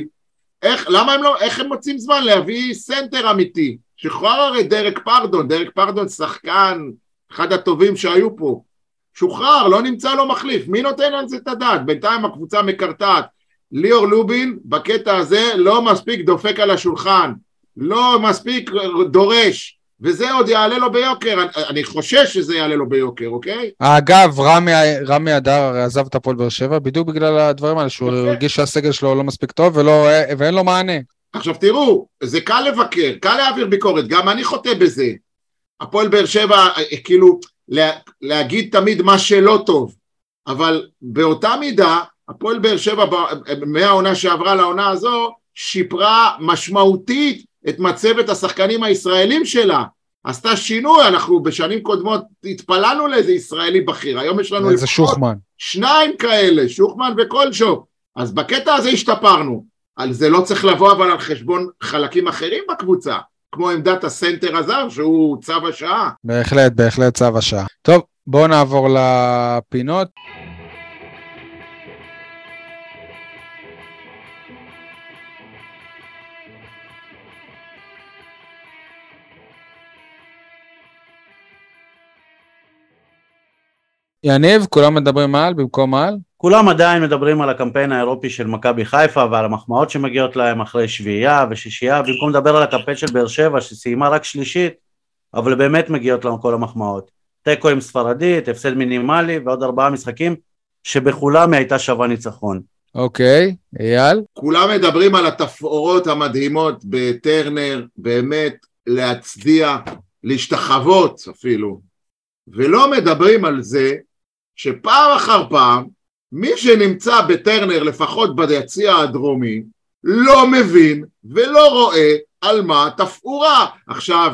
איך הם מוצאים זמן להביא סנטר אמיתי? שחרר הרי דרק פרדון שחקן, אחד הטובים שהיו פה, שוחרר, לא נמצא לו מחליף, מי נותן על זה את הדעת? בינתיים הקבוצה מקרטעת, ליאור לובין בקטע הזה לא מספיק דופק על השולחן, לא מספיק דורש, וזה עוד יעלה לו ביוקר, אני חושש שזה יעלה לו ביוקר, אוקיי? אגב, רמי אדר עזב את הפועל באר שבע, בדיוק בגלל הדברים האלה, שהוא הרגיש שהסגל שלו לא מספיק טוב, ואין לו מענה. עכשיו תראו, זה קל לבקר, קל להעביר ביקורת, גם אני חוטא בזה, הפועל באר שבע, כאילו, להגיד תמיד מה שלא טוב, אבל באותה מידה, הפועל באר שבע מהעונה שעברה לעונה הזו שיפרה משמעותית את מצבת השחקנים הישראלים שלה, עשתה שינוי, אנחנו בשנים קודמות התפללנו לאיזה ישראלי בכיר, היום יש לנו איזה שוחמן, שניים כאלה, שוחמן וקולשו, אז בקטע הזה השתפרנו, על זה לא צריך לבוא אבל על חשבון חלקים אחרים בקבוצה, כמו עמדת הסנטר הזר שהוא צו השעה. בהחלט צו השעה. טוב, בואו נעבור לפינות. יניב, כולם מדברים מעל במקום מעל? כולם עדיין מדברים על הקמפיין האירופי של מכבי חיפה ועל המחמאות שמגיעות להם אחרי שביעייה ושישייה, במקום לדבר על הקמפיין של באר שבע שסיימה רק שלישית, אבל באמת מגיעות להם כל המחמאות. תיקו עם ספרדית, הפסד מינימלי ועוד 4 משחקים שבכולם היא הייתה שווה ניצחון. אוקיי, אייל? כולם מדברים על התפאורות המדהימות בטרנר, באמת להצדיע, להשתחוות אפילו, ולא מדברים על זה שפעם אחר פעם מי שנמצא בטרנר לפחות ביציע הדרומי לא מבין ולא רואה על מה תפאורה. עכשיו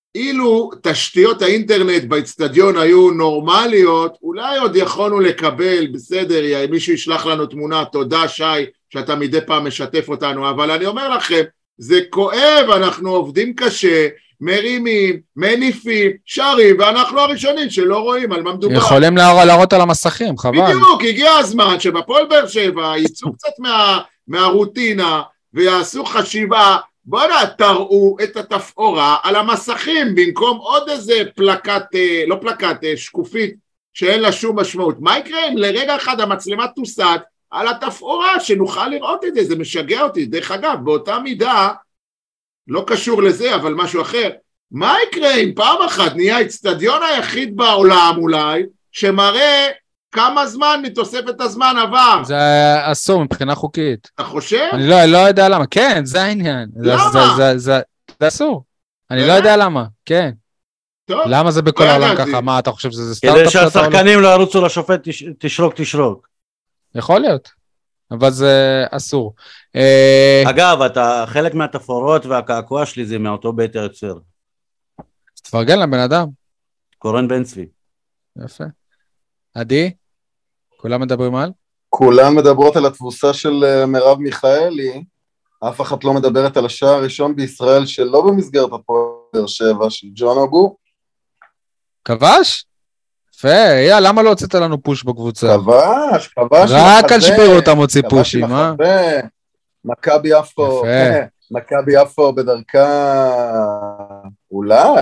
אילו תשתיות האינטרנט באצטדיון היו נורמליות, אולי עוד יכולנו לקבל, בסדר, מישהו ישלח לנו תמונה, תודה שי, שאתה מדי פעם משתף אותנו, אבל אני אומר לכם, זה כואב, אנחנו עובדים קשה, מרימים, מניפים, שרים, ואנחנו הראשונים שלא רואים על מה מדובר. יכולים להראות על המסכים, חבל. בדיוק, הגיע הזמן שבפועל באר שבע יצאו קצת מהרוטינה, ויעשו חשיבה, בואו תראו את התפאורה על המסכים, במקום עוד איזה פלקט, לא פלקט, שקופית, שאין לה שום משמעות. מה יקרה אם לרגע אחד המצלמה תוסת על התפאורה, שנוכל לראות את זה, זה משגע אותי. דרך אגב, באותה מידה, לא קשור לזה, אבל משהו אחר, מה יקרה אם פעם אחת נהיה האצטדיון היחיד בעולם אולי, שמראה כמה זמן מתוספת הזמן עבר? זה אסור מבחינה חוקית. אתה חושב? אני לא יודע למה. כן, זה העניין. למה? זה אסור. אני לא יודע למה. כן. טוב. למה זה בכל העולם ככה? מה, אתה חושב שזה סטארט-אפ? כדי שהשחקנים לא ירוצו לשופט תשרוק. יכול להיות. אבל זה אסור. אגב, חלק מהתפאורות והקעקוע שלי זה מאותו בית היוצר. תפרגן לבן אדם. קורן בן צבי. יפה. עדי? כולם מדברים על? כולם מדברות על התבוסה של מרב מיכאלי, אף אחת לא מדברת על השער הראשון בישראל שלא במסגרת הפועל באר שבע של ג'ון אוגו. כבש? יפה, למה לא הוצאת לנו פוש בקבוצה? כבש. רק על שבירות המוציא פושים, מה? מכבי יפו בדרכה אולי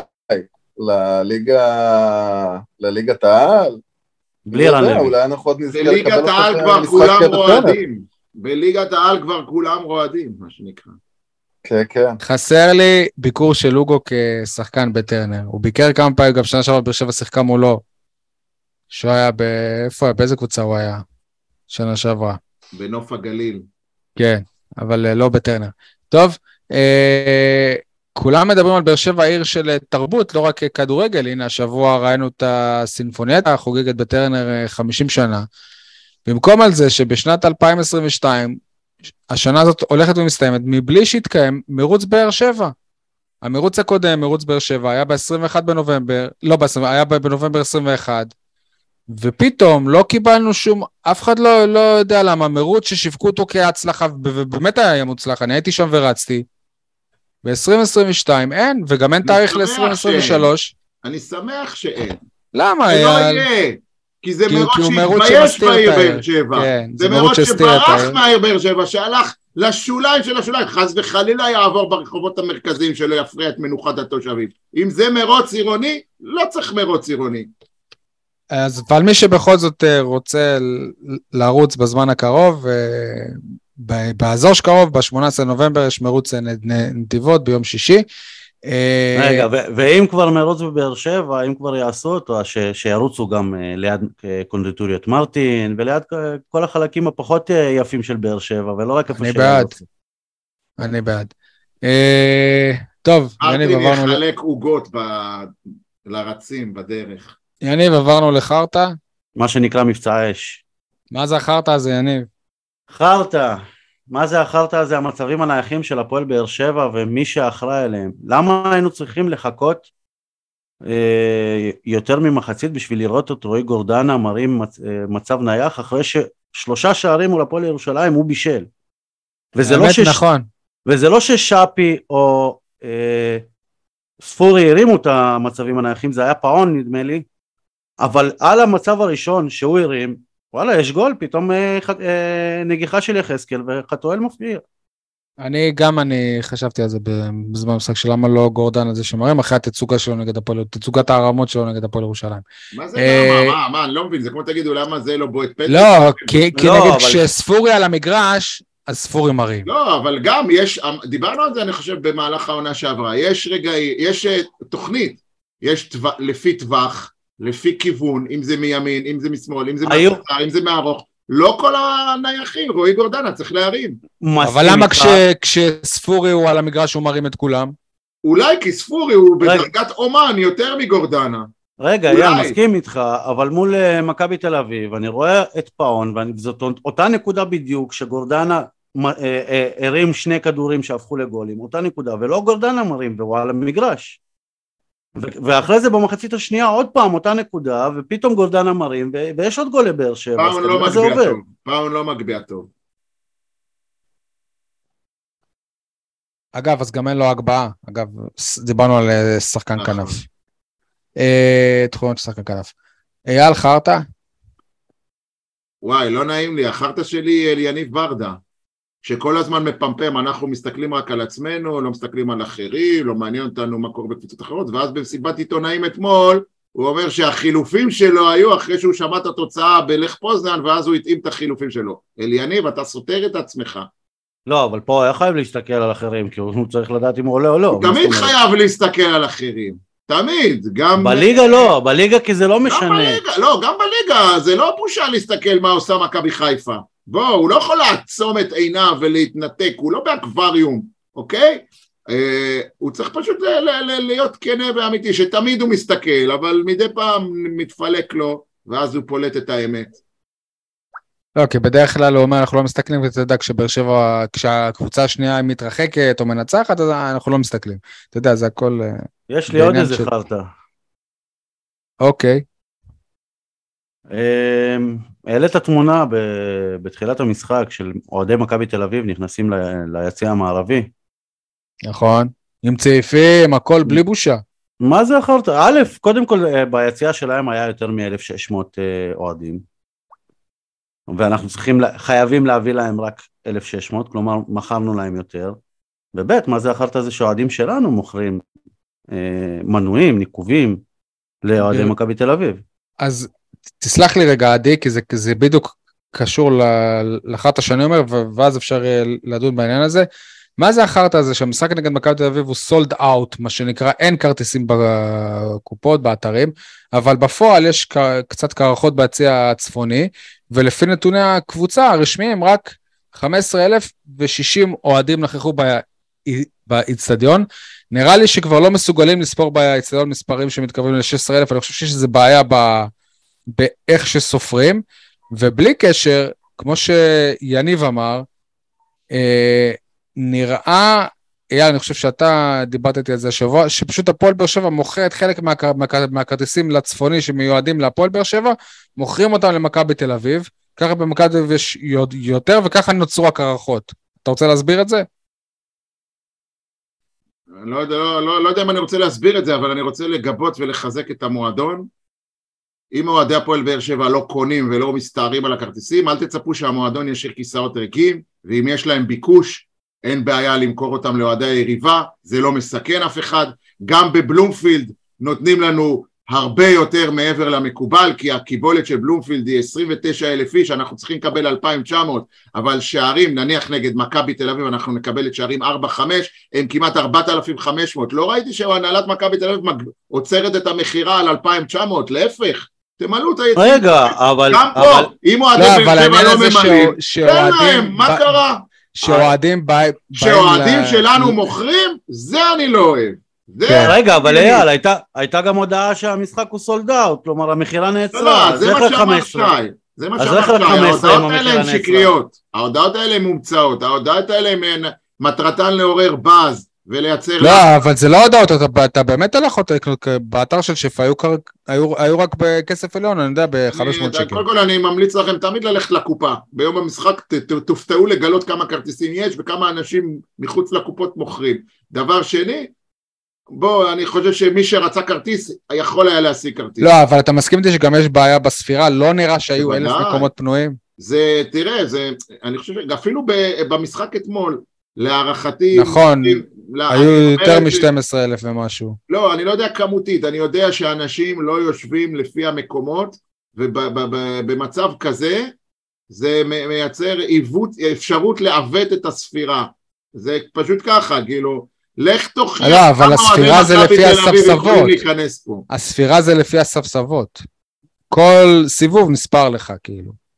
לליגת העל. בלי רנבי. אולי אנחנו עוד נזכר בליגת העל כבר כולם רועדים. בליגת העל כבר כולם רועדים, מה שנקרא. כן. חסר לי ביקור של לוגו כשחקן בטרנר. הוא ביקר כמה פעמים, גם שנה שעברה באר שבע שיחקה מולו. שהוא היה איפה, באיזה קבוצה הוא היה? שנה שעברה. בנוף הגליל. כן, אבל לא בטרנר. טוב, כולם מדברים על באר שבע עיר של תרבות, לא רק כדורגל. הנה, השבוע ראינו את הסינפונייטה, חוגגת בטרנר 50 שנה. במקום על זה שבשנת 2022, השנה הזאת הולכת ומסתיימת, מבלי שהתקיים מרוץ באר שבע. המרוץ הקודם, מרוץ באר שבע, היה ב-21 בנובמבר, היה בנובמבר 21, ופתאום לא קיבלנו שום, אף אחד לא יודע למה, מרוץ ששיווקו אותו כהצלחה, ובאמת היה מוצלח, אני הייתי שם ורצתי, ב-2022 אין, וגם אין תאריך ל-2023. אני שמח שאין. למה? זה לא יהיה. כי זה מרוץ שהתבייש בעיר באר שבע. זה מרוץ שברח מהעיר באר שבע, שהלך לשוליים של השוליים, חס וחלילה יעבור ברחובות המרכזיים שלא יפריע את מנוחת התושבים. אם זה מרוץ עירוני, לא צריך מרוץ עירוני. אז אבל מי שבכל זאת רוצה לרוץ בזמן הקרוב, באזור שקרוב, ב-18 נובמבר יש מרוץ נתיבות ביום שישי. רגע, ואם כבר מרוץ בבאר שבע, אם כבר יעשו אותו, שירוצו גם ליד קונדיטוריות מרטין, וליד כל החלקים הפחות יפים של באר שבע, ולא רק איפה שירוצו. אני בעד. טוב, מרטין יחלק עוגות לרצים בדרך. יניב, עברנו לחרטה. מה שנקרא מבצע אש. מה זה החרטה הזה, יניב? חרטה. מה זה החרטה הזה? המצבים הנייחים של הפועל באר שבע ומי שאחראי אליהם. למה היינו צריכים לחכות יותר ממחצית בשביל לראות את רועי גורדנה מרים מצב נייח אחרי ש3 שערים מול הפועל ירושלים הוא בישל. נכון. וזה לא ששאפי או ספורי הרימו את המצבים הנייחים, זה היה פאון נדמה לי, אבל על המצב הראשון שהוא הרים, וואלה, יש גול, פתאום נגיחה של יחזקאל וחתואל מופיע. אני חשבתי על זה בזמן המשחק של למה לא גורדן הזה שמראים, אחרי התצוגה שלו נגד הפועל, תצוגת הערמות שלו נגד הפועל ירושלים. מה זה מה, אני לא מבין, זה כמו תגידו למה זה לא בועט פתק? לא, כי נגיד כשספורי על המגרש, אז ספורי מראים. לא, אבל גם יש, דיברנו על זה אני חושב במהלך העונה שעברה, יש תוכנית, יש לפי טווח, לפי כיוון, אם זה מימין, אם זה משמאל, אם זה מהקצר, אם זה מהארוך, לא כל הנייחים, רועי גורדנה צריך להרים. אבל למה כשספורי הוא על המגרש הוא מרים את כולם? אולי כי ספורי הוא בדרגת אומן יותר מגורדנה. רגע, יאל, מסכים איתך, אבל מול מכבי תל אביב, אני רואה את פאון, וזאת אותה נקודה בדיוק, שגורדנה הרים 2 כדורים שהפכו לגולים, אותה נקודה, ולא גורדנה מרים, והוא על המגרש. ואחרי זה במחצית השנייה עוד פעם אותה נקודה, ופתאום גורדנה מרים, ויש עוד גול לבאר שבע. פאון לא מגביע טוב. אגב, אז גם אין לו הגבהה. אגב, דיברנו על שחקן כנף. תכונות של שחקן כנף. אייל חרטה? וואי, לא נעים לי. החרטה שלי יניב ברדה, שכל הזמן מפמפם, אנחנו מסתכלים רק על עצמנו, לא מסתכלים על אחרים, לא מעניין אותנו מה קורה בקבוצות אחרות, ואז במסיבת עיתונאים אתמול, הוא אומר שהחילופים שלו היו אחרי שהוא שמע את התוצאה בלך פוזנן, ואז הוא התאים את החילופים שלו. יניב, אתה סותר את עצמך. לא, אבל פה היה חייב להסתכל על אחרים, כי הוא צריך לדעת אם הוא עולה או לא. הוא תמיד חייב להסתכל על אחרים. תמיד, גם... בליגה לא, בליגה כי זה לא משנה. גם בליגה, זה לא בושה להסתכל מה עושה מכבי חיפה. בוא, הוא לא יכול לעצום את עיניו ולהתנתק, הוא לא באקווריום, אוקיי? הוא צריך פשוט להיות כנה ואמיתי, שתמיד הוא מסתכל, אבל מדי פעם מתפלק לו, ואז הוא פולט את האמת. לא, כי בדרך כלל הוא אומר, אנחנו לא מסתכלים, ואתה יודע, כשהקבוצה השנייה מתרחקת או מנצחת, אז אנחנו לא מסתכלים. אתה יודע, זה הכל... יש לי עוד איזה חרטה. אוקיי. העלית התמונה בתחילת המשחק של אוהדי מכבי תל אביב נכנסים ליציע המערבי. נכון, עם צעיפים, הכל בלי בושה. מה זה אחרת? א', קודם כל ביציע שלהם היה יותר מ-1,600 אוהדים, ואנחנו חייבים להביא להם רק 1,600, כלומר מכרנו להם יותר, וב', מה זה אחרת? זה שאוהדים שלנו מוכרים מנויים, ניקובים, לאוהדי מכבי תל אביב. אז תסלח לי רגע עדי, כי זה בדיוק קשור לאחת שאני אומר, ואז אפשר לדון בעניין הזה. מה זה אחרת הזה שהמשחק נגד מכבי תל אביב הוא סולד אאוט, מה שנקרא, אין כרטיסים בקופות, באתרים, אבל בפועל יש קצת קרחות ביציע הצפוני, ולפי נתוני הקבוצה הרשמיים רק 15,060 אוהדים נכחו באצטדיון. נראה לי שכבר לא מסוגלים לספור באצטדיון מספרים שמתקרבים ל-16,000, אני חושב שזה בעיה באיך שסופרים, ובלי קשר, כמו שיניב אמר, נראה, אייל, אני חושב שאתה דיברת איתי על זה השבוע, שפשוט הפועל באר שבע מוכרת חלק מהכרטיסים לצפוני שמיועדים להפועל באר שבע, מוכרים אותם למכבי תל אביב, ככה במכבי תל אביב יש יותר, וככה נוצרו הקרחות. אתה רוצה להסביר את זה? לא יודע אם אני רוצה להסביר את זה, אבל אני רוצה לגבות ולחזק את המועדון. אם אוהדי הפועל באר שבע לא קונים ולא מסתערים על הכרטיסים, אל תצפו שהמועדון ישאיר כיסאות ריקים, ואם יש להם ביקוש, אין בעיה למכור אותם לאוהדי היריבה, זה לא מסכן אף אחד. גם בבלומפילד נותנים לנו הרבה יותר מעבר למקובל, כי הקיבולת של בלומפילד היא 29,000 איש, אנחנו צריכים לקבל 2,900, אבל שערים, נניח נגד מכבי תל אביב, אנחנו נקבל את שערים 4-5, הם כמעט 4,500. לא ראיתי שהנהלת מכבי תל אביב עוצרת את המחירה על 2,900, להפך. תמלאו את היציאה. רגע, אבל... גם פה, אם אוהדי באר שבע לא ממלאים, תן להם, מה קרה? שאוהדים שלנו מוכרים, זה אני לא אוהב. רגע, אבל אייל, הייתה גם הודעה שהמשחק הוא סולד אאוט, כלומר המחירה נעצרה. זה מה שאמר שי. זה מה שאמר שי. ההודעות האלה הן שקריות. ההודעות האלה הן מומצאות. ההודעות האלה הן מטרתן לעורר בז ולייצר... לא, אבל זה לא הודעות, אתה באמת הלך אותה, באתר של שפע היו רק בכסף עליון, אני יודע, ב-500 שקל. קודם כל אני ממליץ לכם תמיד ללכת לקופה, ביום המשחק תופתעו לגלות כמה כרטיסים יש וכמה אנשים מחוץ לקופות מוכרים. דבר שני, בוא, אני חושב שמי שרצה כרטיס יכול היה להשיג כרטיס. לא, אבל אתה מסכים איתי שגם יש בעיה בספירה, לא נראה שהיו 1,000 מקומות פנויים? זה, תראה, אני חושב שאפילו במשחק אתמול, להערכתי... נכון, היו יותר מ-12,000 ומשהו. לא, אני לא יודע כמותית, אני יודע שאנשים לא יושבים לפי המקומות, ובמצב כזה, זה מייצר אפשרות לעוות את הספירה. זה פשוט ככה, כאילו, לך תוכיח... לא, אבל הספירה זה לפי הספסבות. הספירה זה לפי הספסבות. כל סיבוב נספר לך, כאילו.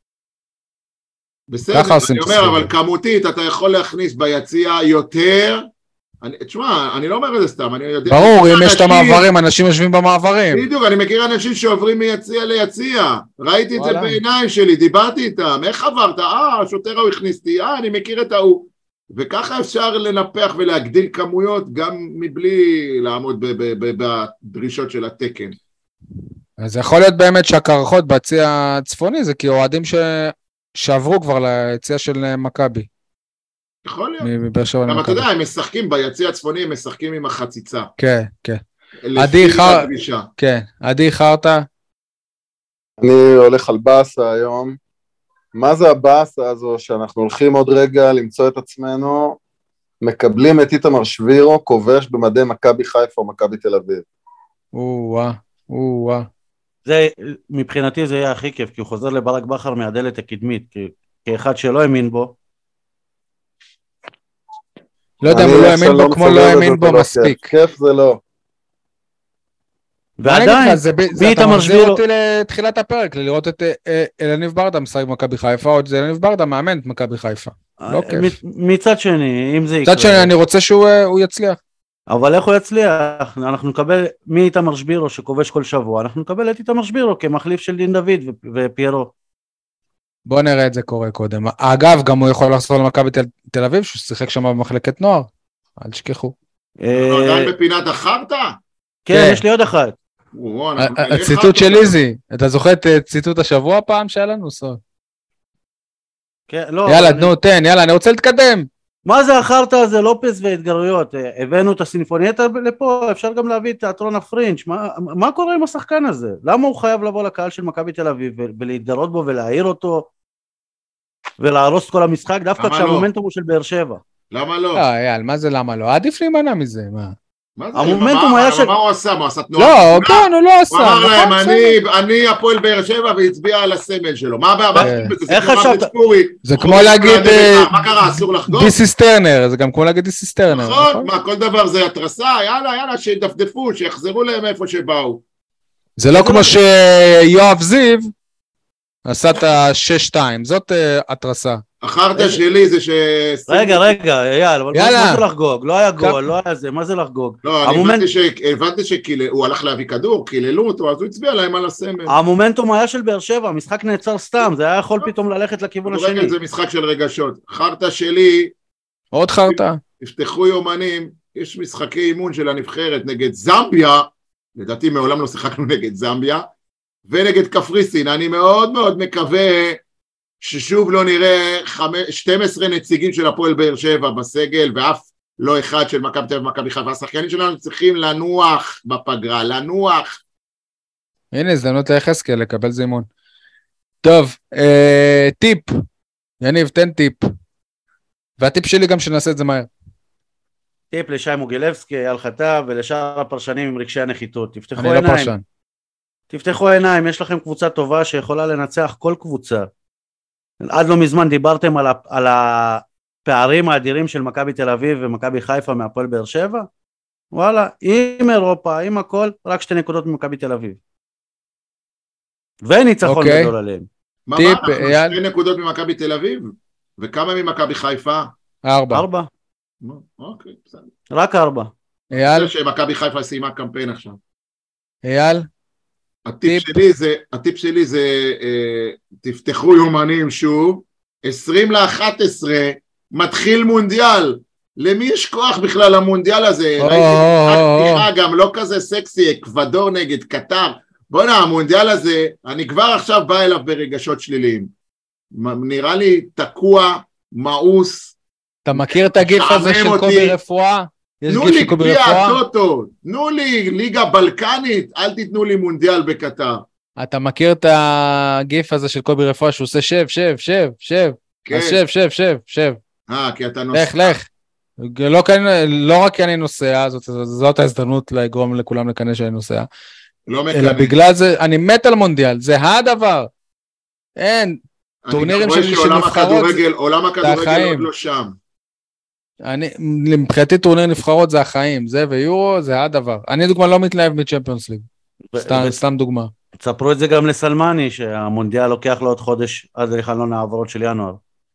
בסדר, אני אומר, אבל כמותית אתה יכול להכניס ביציע יותר, תשמע, אני לא אומר את זה סתם, אני יודע... ברור, אם יש את המעברים, אנשים יושבים במעברים. בדיוק, אני מכיר אנשים שעוברים מיציע ליציע, ראיתי את זה בעיניים שלי, דיברתי איתם, איך עברת? השוטר הוא הכניסתי, אני מכיר את ההוא. וככה אפשר לנפח ולהגדיל כמויות, גם מבלי לעמוד בדרישות של התקן. אז יכול להיות באמת שהקרחות בצי הצפוני, זה כי אוהדים שעברו כבר ליציאה של מכבי. יכול להיות. מבאר שבע למכבי. גם אתה יודע, הם משחקים ביציא הצפוני, הם משחקים עם החציצה. כן, כן. לפי הדרישה. כן, עדי חרטה. אני הולך על באסה היום. מה זה הבאסה הזו שאנחנו הולכים עוד רגע למצוא את עצמנו, מקבלים את איתמר שבירו, כובש במדי מכבי חיפה או מכבי תל אביב. זה, מבחינתי זה יהיה הכי כיף, כי הוא חוזר לברק בכר מהדלת הקדמית, כאחד שלא האמין בו. לא יודע אם הוא לא האמין בו כמו לא האמין בו מספיק. כיף זה לא. ועדיין, אתה מחזיר אותי לתחילת הפרק, לראות את אלניב ברדה משחק במכבי חיפה, או את אלניב ברדה מאמן את מכבי חיפה. לא כיף. מצד שני, אם זה יקרה. מצד שני, אני רוצה שהוא יצליח. אבל איך הוא יצליח? אנחנו נקבל מאיתמר שבירו שכובש כל שבוע, אנחנו נקבל את איתמר שבירו כמחליף של דין דוד ופיירו. בוא נראה את זה קורה קודם. אגב, גם הוא יכול לחזור למכבי תל אביב, שהוא שיחק שם במחלקת נוער. אל תשכחו. עדיין בפינת החרטה? כן, יש לי עוד אחת. הציטוט של איזי, אתה זוכר את ציטוט השבוע פעם שהיה לנו? יאללה, תנו, תן, יאללה, אני רוצה להתקדם. מה זה החרטה הזה, לופס והתגרויות? הבאנו את הסימפונייטה לפה, אפשר גם להביא את תיאטרון הפרינץ', מה קורה עם השחקן הזה? למה הוא חייב לבוא לקהל של מכבי תל אביב ולהתגרות בו ולהעיר אותו ולהרוס את כל המשחק, דווקא כשהמומנטום הוא של באר שבע? למה לא? יאללה, מה זה למה לא? עדיף להימנע מזה, מה? המומנטום היה של... מה הוא עשה? מה עשה תנועה? לא, כן, הוא לא עשה. הוא אמר להם, אני הפועל באר שבע והצביע על הסמל שלו. מה בזה? איך חשבת? זה כמו להגיד... מה קרה? אסור לחגוג? דיסיסטרנר, זה גם כמו להגיד דיסיסטרנר. נכון, מה, כל דבר זה התרסה? יאללה, שידפדפו, שיחזרו להם איפה שבאו. זה לא כמו שיואב זיו עשה את ה-6-2, זאת התרסה. החרטה שלי זה ש... רגע, אייל, אבל מה זה לחגוג? לא היה גול, לא היה זה, מה זה לחגוג? לא, אני הבנתי שהוא הלך להביא כדור, קיללו אותו, אז הוא הצביע להם על הסמל. המומנטום היה של באר שבע, המשחק נעצר סתם, זה היה יכול פתאום ללכת לכיוון השני. זה משחק של רגשות. חרטה שלי... עוד חרטה. יפתחו יומנים, יש משחקי אימון של הנבחרת נגד זמביה, לדעתי מעולם לא שיחקנו נגד זמביה, ונגד קפריסין. אני מאוד מאוד מקווה ששוב לא נראה 12 נציגים של הפועל באר שבע בסגל, ואף לא אחד של מכבי תל אביב ומכבי חיפה. השחקנים שלנו צריכים לנוח בפגרה, לנוח. הנה, הזדמנות ליחזקאל לקבל זימון. טוב, טיפ. יניב, תן טיפ. והטיפ שלי גם שנעשה את זה מהר. טיפ לשי מוגילבסקי, אייל חטב, ולשאר הפרשנים עם רגשי הנחיתות. תפתחו אני עיניים. לא פרשן. תפתחו עיניים, יש לכם קבוצה טובה שיכולה לנצח כל קבוצה. עד לא מזמן דיברתם על הפערים האדירים של מכבי תל אביב ומכבי חיפה מהפועל באר שבע. וואלה, עם אירופה, עם הכל, רק 2 נקודות ממכבי תל אביב. וניצחון גדול עליהם. מה, אנחנו 2 נקודות ממכבי תל אביב? וכמה ממכבי חיפה? 4. אוקיי, בסדר. רק 4. אייל? זה שמכבי חיפה סיימה קמפיין עכשיו. אייל? הטיפ שלי זה תפתחו יומנים שוב, 20/11 מתחיל מונדיאל. למי יש כוח בכלל למונדיאל הזה? ראיתי גם לא כזה סקסי, אקוודור נגד קטר. בוא'נה, המונדיאל הזה, אני כבר עכשיו בא אליו ברגשות שליליים. נראה לי תקוע, מאוס. אתה מכיר את הגיף הזה של קובי רפואה? תנו לי גביע הטוטו, תנו לי ליגה בלקנית, אל תיתנו לי מונדיאל בקטר. אתה מכיר את הגיף הזה של קובי רפואה שהוא עושה שב. אז שב. כי אתה נוסע. לך. לא רק כי אני נוסע, זאת ההזדמנות לגרום לכולם לקנא שאני נוסע. לא מקנא. אלא בגלל זה, אני מת על מונדיאל, זה הדבר. אין, טורנירים של נבחרות. עולם הכדורגל עוד לא שם. מבחינתי טורניר נבחרות זה החיים, זה ויורו זה הדבר. אני דוגמה לא מתלהב מצ'מפיונס ליג, סתם דוגמה. תספרו את זה גם לסלמני, שהמונדיאל לוקח לו עוד חודש עד לחלון העברות של ינואר.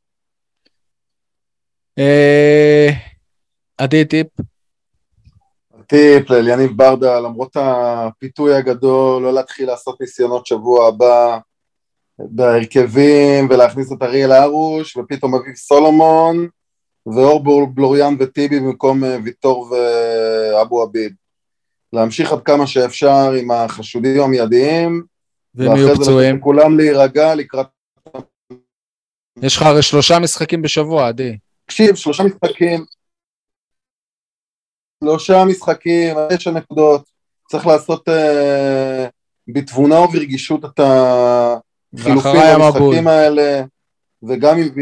עדי טיפ? טיפ ליניב ברדה, למרות הפיתוי הגדול, לא להתחיל לעשות ניסיונות שבוע הבא בהרכבים ולהכניס את אריאל הרוש ופתאום אביב סולומון, ואור בלוריאן וטיבי במקום ויטור ואבו עביד. להמשיך עד כמה שאפשר עם החשודים המיידיים, והם יהיו פצועים. כולם להירגע לקראת... יש לך הרי 3 משחקים בשבוע, עדי. תקשיב, 3 משחקים, 9 נקודות, צריך לעשות בתבונה וברגישות את החילופים במשחקים האלה, וגם עם...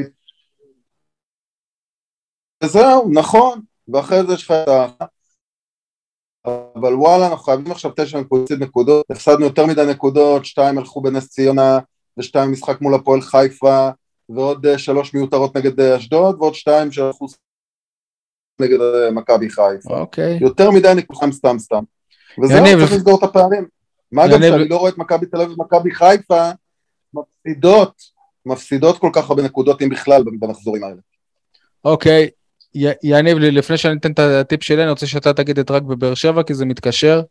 וזהו, נכון, ואחרי זה יש לך את ה... אבל וואלה, אנחנו חייבים עכשיו 9 נקודות, הפסדנו יותר מדי נקודות, 2 הלכו בנס ציונה, ו2 משחק מול הפועל חיפה, ועוד 3 מיותרות נגד אשדוד, ועוד 2 שהלכו נגד מכבי חיפה. אוקיי. יותר מדי נקודות סתם. וזהו, צריך לסגור את הפערים. מה גם שאני לא רואה את מכבי תל אביב ומכבי חיפה, מפסידות כל כך הרבה נקודות, אם בכלל, במחזורים האלה. אוקיי. יניב, לפני שאני אתן את הטיפ שלי, אני רוצה שאתה תגיד את רק בבאר שבע, כי זה מתקשר.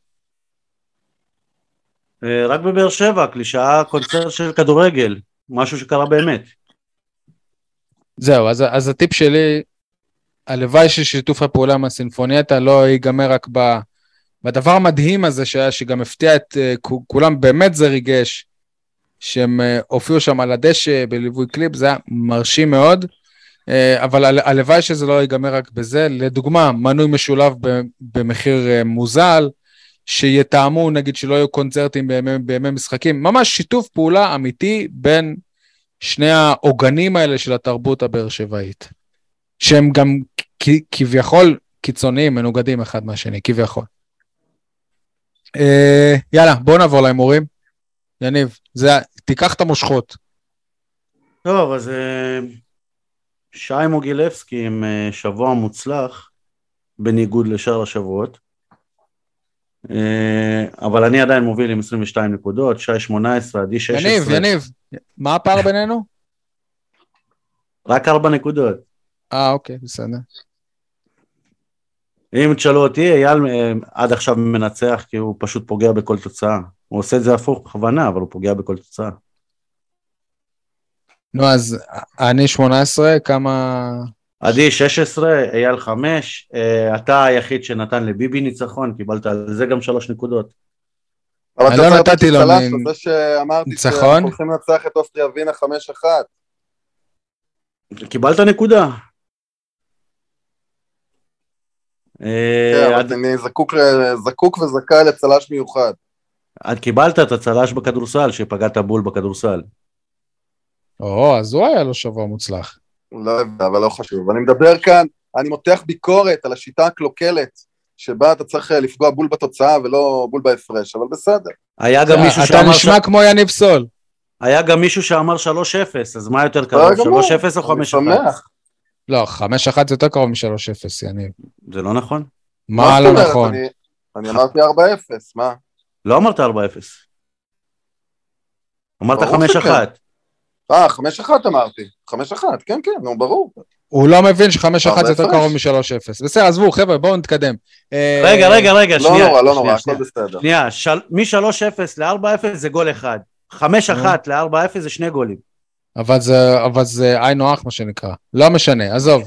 רק בבאר שבע, קלישאה קונצרט של כדורגל, משהו שקרה באמת. זהו, אז הטיפ שלי, הלוואי ששיתוף הפעולה מהסינפונייטה לא ייגמר רק בדבר המדהים הזה, שגם הפתיע את כולם, באמת זה ריגש, שהם הופיעו שם על הדשא בליווי קליפ, זה היה מרשים מאוד, אבל הלוואי שזה לא ייגמר רק בזה. לדוגמה, מנוי משולב במחיר מוזל, שיתאמו, נגיד שלא יהיו קונצרטים בימי משחקים, ממש שיתוף פעולה אמיתי בין שני העוגנים האלה של התרבות הבאר שבעית, שהם גם כביכול קיצוניים, מנוגדים אחד מהשני, כביכול. יאללה, בואו נעבור להימורים. יניב, תיקח את המושכות. טוב, אז שי מוגילבסקי עם שבוע מוצלח, בניגוד לשאר השבועות. אבל אני עדיין מוביל עם 22 נקודות, שי 18, עדי 16. יניב, מה הפער בינינו? רק 4 נקודות. אוקיי, בסדר. אם תשאלו אותי, אייל עד עכשיו מנצח, כי הוא פשוט פוגע בכל תוצאה. הוא עושה את זה הפוך בכוונה, אבל הוא פוגע בכל תוצאה. נו, אז אני 18, כמה... עדי 16, אייל 5, אתה היחיד שנתן לביבי ניצחון, קיבלת על זה גם 3 נקודות. אני לא נתתי לו זה שאמרתי ניצחון. שאנחנו הולכים לנצח את אוסטריה ווינה 5-1. קיבלת נקודה. אני זקוק וזכאי לצלש מיוחד. את קיבלת את הצלש בכדורסל, שפגעת בול בכדורסל. אז הוא היה לו שבוע מוצלח. לא יודע, אבל לא חשוב. אני מדבר כאן, אני מותח ביקורת על השיטה הקלוקלת, שבה אתה צריך לפגוע בול בתוצאה ולא בול בהפרש, אבל בסדר. היה גם מישהו שאמר... אתה נשמע כמו יניב סול. היה גם מישהו שאמר 3-0, אז מה יותר קרוב? 3-0 או 5-1? לא, 5-1 זה יותר קרוב מ-3-0, יניב. זה לא נכון. מה לא נכון? אני אמרתי 4-0, מה? לא אמרת 4-0. אמרת 5-1. 5-1 אמרתי. 5-1, כן, נו, ברור. הוא לא מבין ש5-1 זה יותר קרוב מ-3-0. בסדר, עזבו, חבר'ה, בואו נתקדם. רגע, שנייה. לא נורא, הכל בסדר. שנייה, מ-3-0 ל-4-0 זה גול אחד. 5-1 ל-4-0 זה 2 גולים. אבל זה עין אח, מה שנקרא. לא משנה, עזוב.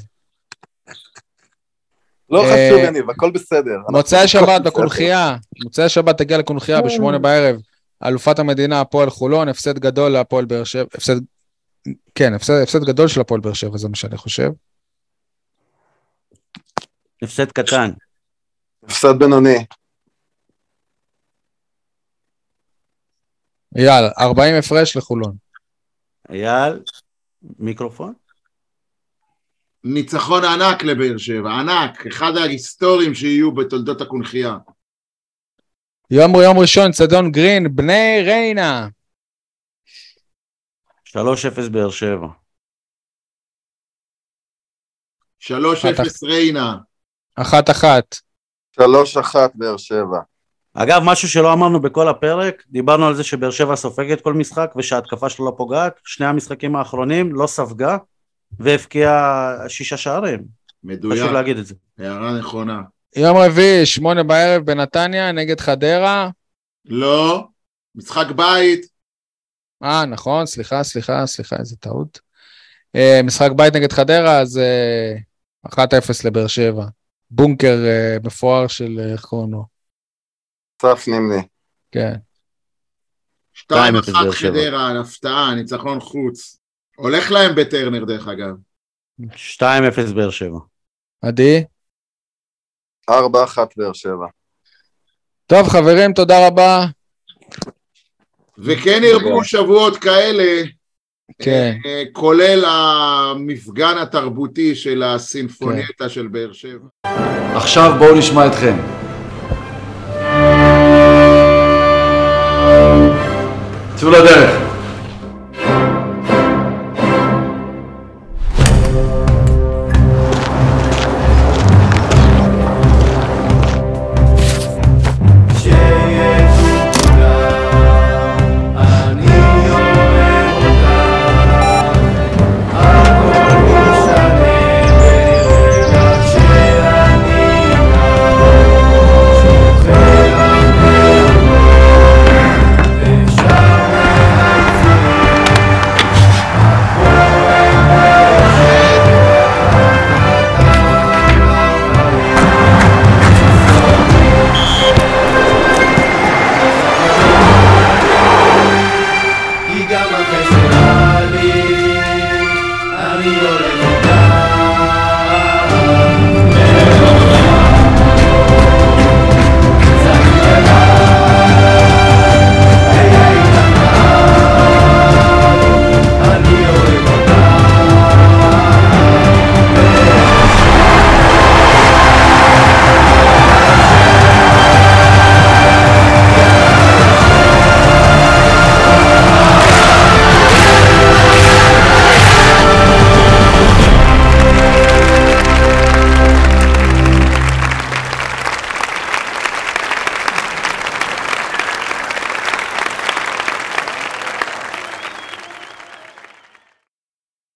לא חשוב, יניב, הכל בסדר. מוצאי שבת בקונחייה, מוצאי שבת תגיע לקונחייה ב8 בערב, אלופת המדינה, הפועל חולון, הפסד גדול להפועל באר שבע, הפסד גדול של הפועל באר שבע, זה מה שאני חושב. הפסד קטן. הפסד בינוני. אייל, 40 הפרש לחולון. אייל, מיקרופון? ניצחון ענק לבאר שבע, ענק, אחד ההיסטוריים שיהיו בתולדות הקונחייה. יום ראשון, צדון גרין, בני ריינה. 3-0 באר שבע. 3-0 ריינה. 1-1. 3-1 באר שבע. אגב, משהו שלא אמרנו בכל הפרק, דיברנו על זה שבאר שבע סופגת כל משחק, ושההתקפה שלו לא פוגעת, 2 המשחקים האחרונים לא ספגה, והפקיעה 6 שערים. מדויק. חשוב להגיד את זה. הערה נכונה. יום רביעי, 8 בערב בנתניה, נגד חדרה. לא, משחק בית. נכון, סליחה, איזה טעות. משחק בית נגד חדרה, אז 1-0 לבאר שבע. בונקר מפואר של, איך קוראים לו? צף נמני. כן. 2-1 חדרה, הפתעה, ניצחון חוץ. הולך להם בטרנר דרך אגב. 2-0 באר שבע. עדי? 4-1 באר שבע. טוב חברים, תודה רבה. וכן ירבו שבועות כאלה, כן. כולל המפגן התרבותי של הסינפונייטה של באר שבע. עכשיו בואו נשמע אתכם. צאו לדרך.